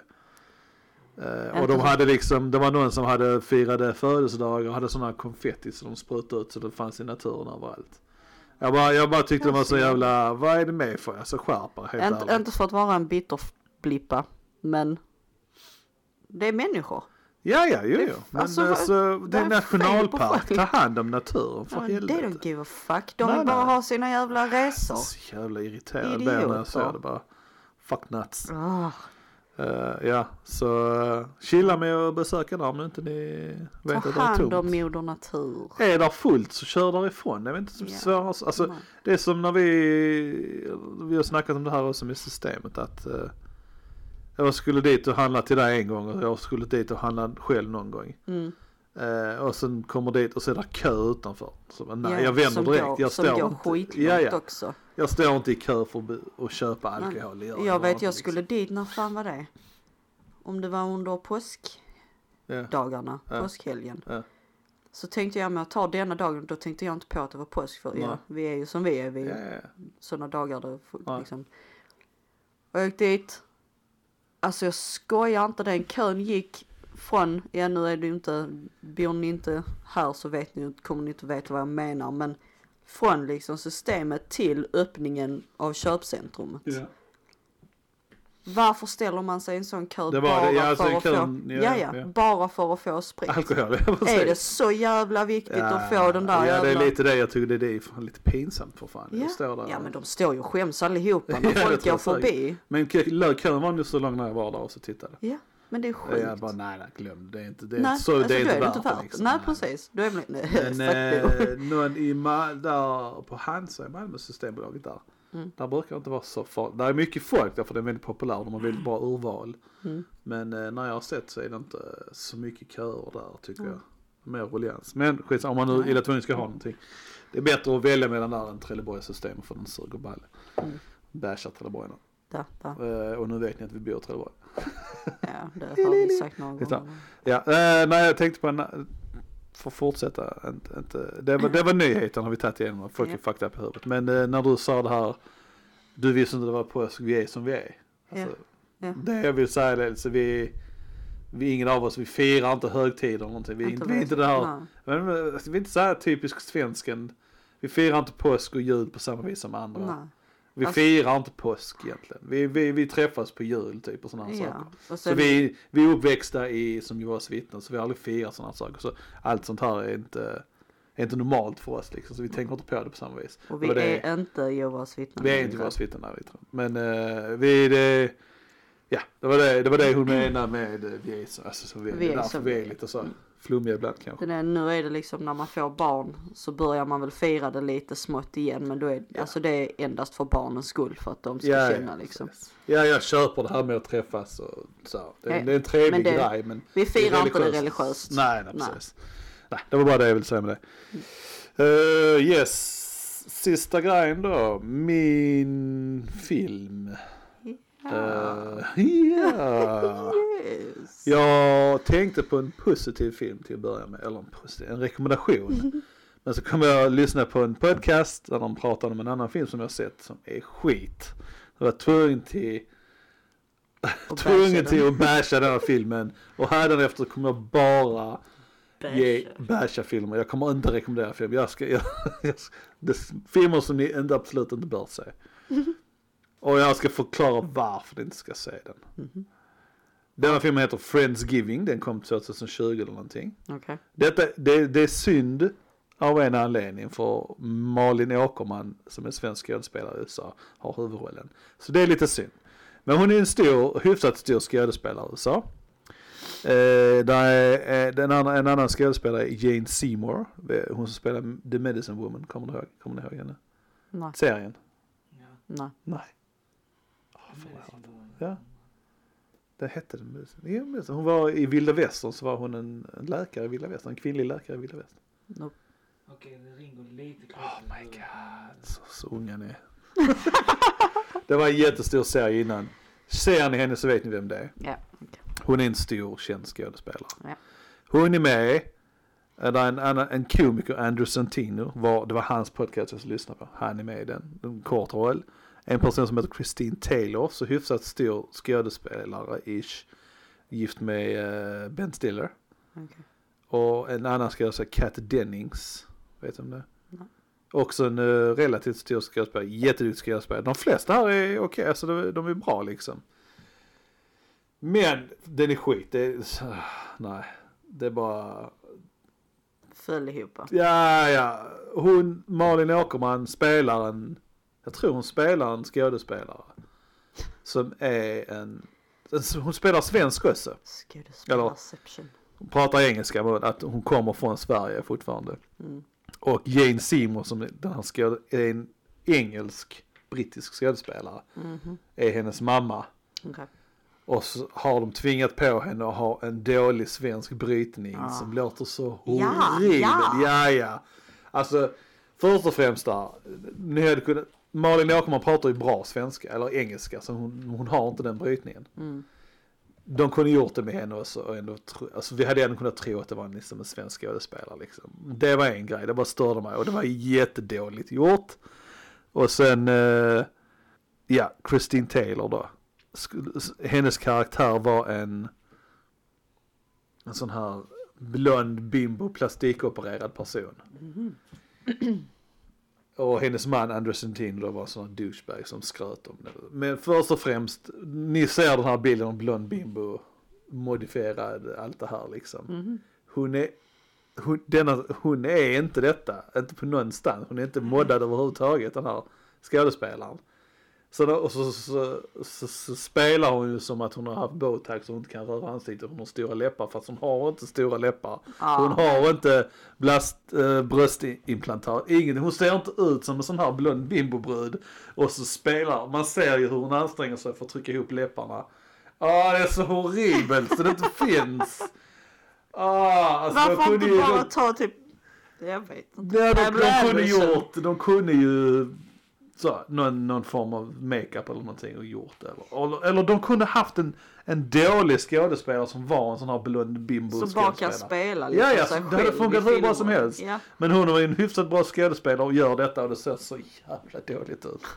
Uh, och de hade liksom, det var någon som hade firade födelsedagar och hade sådana konfetti som de sprutade ut så det fanns i naturen överallt. Jag bara, jag bara tyckte det var så jävla, vad är det med för? Alltså skärpa, helt ärligt. Inte för att vara en bitterblippa, men det är människor. Ja, ja, jo, jo. Men alltså, alltså, det är nationalpark, ta hand om naturen för ja, helvete. Det don't give a fuck. De nej, vill bara nej. ha sina jävla resor. Så jävla irriterad när jag såg det bara. Fuck nuts. Oh. Uh, ja, så uh, chilla med att besöka där om inte ni vet ta att det är tomt. Ta hand om moder natur. Är det fullt så kör därifrån. Jag vet inte som yeah. svårare. Alltså, nej. Det är som när vi vi har snackat om det här också med systemet att uh, jag skulle dit och handla till dig en gång och jag skulle dit och handla själv någon gång. Mm. Uh, och sen kommer dit och så är det kö utanför. Så, nej, ja, jag vänder direkt. Går, jag står som går inte, ja, ja. också. Jag står inte i kö för att köpa alkohol. Jag, jag vet, jag skulle liksom. dit, när fan var det? Om det var under påskdagarna, ja. påskhelgen. Ja. Så tänkte jag med att ta denna dagen, då tänkte jag inte på att det var påsk för ja, vi är ju som vi är, vi ja, ja, ja. sådana dagar där ja. liksom. Och jag gick dit. Alltså jag skojar inte, den kön gick från, ja nu är det ju inte, bor ni inte här så vet ni, kommer ni inte veta vad jag menar, men från liksom systemet till öppningen av köpcentrumet. Ja. Varför ställer man sig i en sån kö det bara det, ja, för att kön, få, ja, ja, ja, ja. bara för att få sprit? Alkohol, är det så jävla viktigt ja, att få den där ja, jävla... Ja, det är lite det jag tycker det är lite pinsamt för fan. Ja, står där ja men de står ju och skäms allihopa när folk går förbi. Men kön var ju så lång när jag var där och så tittade. Ja. Men det är sjukt. Jag bara, nej, nej, glöm det. Är inte, det är nej, inte så, alltså, det är inte värt det. Liksom. Nej, precis. Du är väl, nej, men äh, någon i Mal- där på Hansa i Malmö Systembolaget där. Mm. Där brukar det inte vara så farligt. Det är mycket folk där för det är väldigt populärt. De har väldigt bra urval. Mm. Men äh, när jag har sett så är det inte så mycket köer där tycker mm. jag. mer ruljans. Men skits, om man nu illa tvungen ska ha någonting. Det är bättre att välja mellan där än Trelleborg-system för den suger balle. Mm. Bärsar Trelleborg nu. Da, da. Uh, och nu vet ni att vi bor i Trelleborg. Ja, det har vi sagt någon gång. Ja, uh, nej, jag tänkte på en... För att fortsätta. Inte, inte, det, var, det var nyheten har vi tagit igenom. Folk är fucked up i huvudet. Men uh, när du sa det här... Du visste inte det var påsk. Vi är som vi är. Alltså, ja. Ja. Det jag vill säga är så vi... Vi ingen av oss, vi firar inte högtider eller någonting. Vi är inte, vi är inte det här... Men, vi är inte så här typisk svensken. Vi firar inte påsk och jul på samma vis som andra. Nej. Vi alltså, firar inte påsk egentligen. Vi, vi, vi träffas på jul typ och sådana ja, saker. Och sen, så vi, vi är uppväxta i, som Jehovas vittnen, så vi har aldrig firat sådana saker. Så allt sånt här är inte, är inte normalt för oss liksom. Så vi tänker inte på det på samma vis. Och vi och det, är inte Jehovas vittnen. Vi är inte Jehovas vittnen, nej, men uh, vi det, ja, det var det, det var det hon menade med uh, vi är så, alltså, så vi, vi är, därför vi är lite så flummiga ibland kanske. Det, nu är det liksom när man får barn så börjar man väl fira det lite smått igen, men då är ja. alltså det är endast för barnens skull för att de ska ja, känna ja, liksom. Ja, jag köper det här med att träffas och så. Det, ja. det är en trevlig men det, grej, men vi firar inte det religiöst. Nej, nej, precis. Nej. nej, det var bara det jag ville säga med det. Mm. Uh, yes. Sista grejen då, min film. Uh, yeah. Yes. Jag tänkte på en positiv film till att börja med, eller en, positiv, en rekommendation. Men så kommer jag lyssna på en podcast där de pratar om en annan film som jag har sett som är skit. Jag var tvungen till tvungen till att basha den här filmen, och hädanefter kommer jag bara ge basha filmer. Jag kommer inte rekommendera film. Jag ska, jag, jag, det är filmer som ni inte absolut inte bör se. Och jag ska förklara varför ni inte ska se den. Mm-hmm. Denna filmen heter Friendsgiving. Den kom tjugohundratjugo eller någonting. Okay. Detta, det, det är synd av en anledning, för Malin Åkerman som är svensk skådespelare i U S A har huvudrollen. Så det är lite synd. Men hon är en stor, hyfsat stor skådespelare i U S A. Eh, där är, är en, annan, en annan skådespelare är Jane Seymour. Hon som spelar The Medicine Woman. Kommer ni ihåg, kommer ni ihåg henne? Nej. Serien? Ja. Nej. Nej. Ja. Det hette den. Hon var i Vilda Västern, så var hon en, en läkare i Vilda Västern. En kvinnlig läkare i Vilda Västern. Nope. Okej, det ringer lite klart. Oh my god. Så, så unga ni är. Det var en jättestor serie innan. Ser ni henne så vet ni vem det är. Ja. Okay. Hon är en stor känd skådespelare. Ja. Hon är med. En, en, en komiker, Andrew Santino. Var, det var hans podcast jag lyssnade på. Han är med i den. En kort roll. En person som heter Christine Taylor, så hyfsat stor skådespelare-ish, gift med uh, Ben Stiller. Okay. Och en annan skådespelare, Kat Dennings, vet du om det? No. Också en uh, relativt stor skådespelare, jätteduktig skådespelare. De flesta här är okej, okay, alltså de, de är bra liksom. Men den är skit, det är, uh, nej, det är bara... Föll ihop. Ja, ja. Hon, Malin Åkerman, spelar en... Jag tror hon spelar en skådespelare som är en... Hon spelar svensk också. Skådespelarception. Hon pratar engelska, men att hon kommer från Sverige fortfarande. Mm. Och Jane Seymour som den här skåd, är en engelsk, brittisk skådespelare. Mm-hmm. Är hennes mamma. Okay. Och så har de tvingat på henne att ha en dålig svensk brytning ja. som låter så horribel. Ja, ja. ja, ja. Alltså, först och främst där, ni hade kunnat... Malin Åkerman pratar ju bra svenska eller engelska, så hon, hon har inte den brytningen. Mm. De kunde gjort det med henne också, och ändå tro, alltså vi hade ändå kunnat tro att det var en, liksom en svensk skådespelare liksom. Det var en grej, det bara störde mig, och det var jättedåligt gjort. Och sen uh, ja, Christine Taylor då. Hennes karaktär var en en sån här blond bimbo plastikopererad person. Mm. Och hennes man Andrew Santino då var en sån här douchebag som skröt om det. Men först och främst, ni ser den här bilden om blond bimbo modifierad, allt det här liksom. Mm. Hon är hon, denna, hon är inte detta, inte på någonstans. Hon är inte moddad överhuvudtaget, den här skådespelaren. Så, då, och så, så, så, så spelar hon ju som att hon har haft botox och hon inte kan röra ansiktet. Hon har stora läppar, fast hon har inte stora läppar. Ah. Hon har inte blast, äh, bröstimplantat. Ingen, hon ser inte ut som en sån här blond bimbobrud. Och så spelar, man ser ju hur hon anstränger sig för att trycka ihop läpparna. Ja, ah, det är så horribelt så det inte finns. Ah, alltså varför inte ju, bara de, ta typ... Jag vet inte. Ja, de, Jag de, blir kunde ledsen. gjort, de kunde ju så, någon, någon form av makeup eller någonting och gjort det. Eller, eller de kunde haft en, en dålig skådespelare som var en sån här blond bimbo som bara kan spela liksom liksom ja, ja, sig det hade själv funkat i hur bra som filmen. helst. Ja. Men hon var ju en hyfsat bra skådespelare och gör detta och det ser så jävla dåligt ut.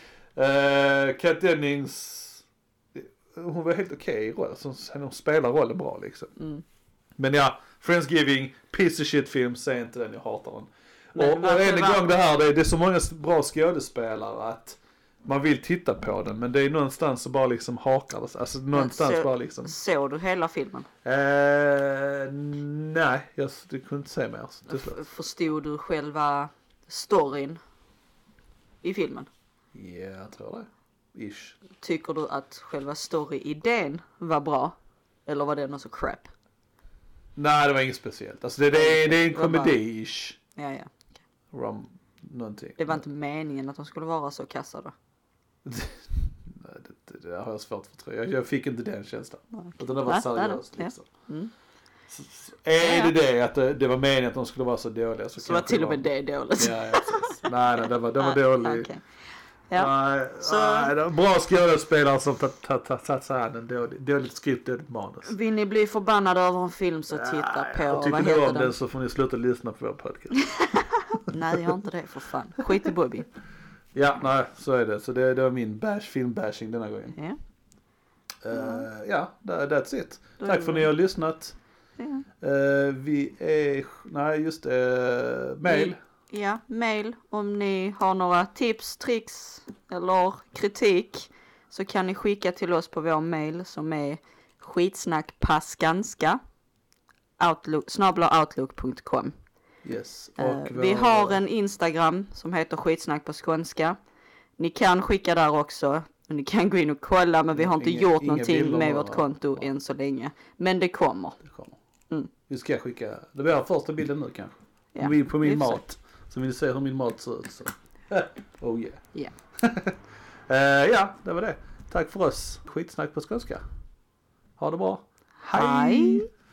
uh, Kat Dennings, hon var helt okej i rollen, hon spelar rollen bra liksom. Mm. Men ja, Friendsgiving, piece of shit film, säg inte den, jag hatar den. Men och, och än en gång det här, det är, det är så många bra skådespelare att man vill titta på den, men det är någonstans så bara liksom hakar det. Alltså någonstans så, bara liksom. Såg du hela filmen? Eh, nej, jag det kunde inte se mer. F- förstod du själva storyn i filmen? Ja, yeah, jag tror det. Ish. Tycker du att själva story-idén var bra? Eller var det något så crap? Nej, det var inget speciellt. Alltså det, det, är, det är en komedi-ish. Ja, ja. Okay. Rom, någonting. Det var inte meningen att de skulle vara så kassa då? Nej, det, det, det har jag svårt för tror jag. Jag fick inte den känslan. Okay. Utan det var ja, seriöst ja, liksom. Ja. Mm. Så, så, är det det att det, det var meningen att de skulle vara så dåliga så, så var till och med det dåligt. Ja, ja, precis. Nej, nej, det var, det var dåligt. Okay. Ja. Nej, så... nej, det var bra skådespelare som tagit sig an en dålig, dåligt skript, dåligt manus. Vill ni bli förbannade över en film så titta på, ja, vad heter heter den? den? Så får ni sluta lyssna på vår podcast. Nej, jag har inte det för fan. Skit i Bobby. Ja, nej, så är det. Så det, det var min bash, filmbashing denna gången. Ja. Uh, ja, that's it. Tack för att ni har lyssnat. Ja. Uh, vi är, nej just det, uh, mail. Ja, mail. Om ni har några tips, tricks eller kritik så kan ni skicka till oss på vår mail som är skitsnackpasganska outlook, snabel-a outlook punkt com. Yes. Uh, Och vi vår, har en Instagram som heter skitsnack på skånska. Ni kan skicka där också. Ni kan gå in och kolla, men vi har inte inga, gjort inga någonting med vårt bara, konto bara. än så länge. Men det kommer. Det kommer. Mm. Vi ska skicka, det blir första bilden nu kanske. Ja, vi på min vi får mat. Så vill ni se hur min mat ser ut så. Oh yeah. Ja. uh, ja, det var det. Tack för oss. Skitsnack på skånska. Ha det bra. Hej.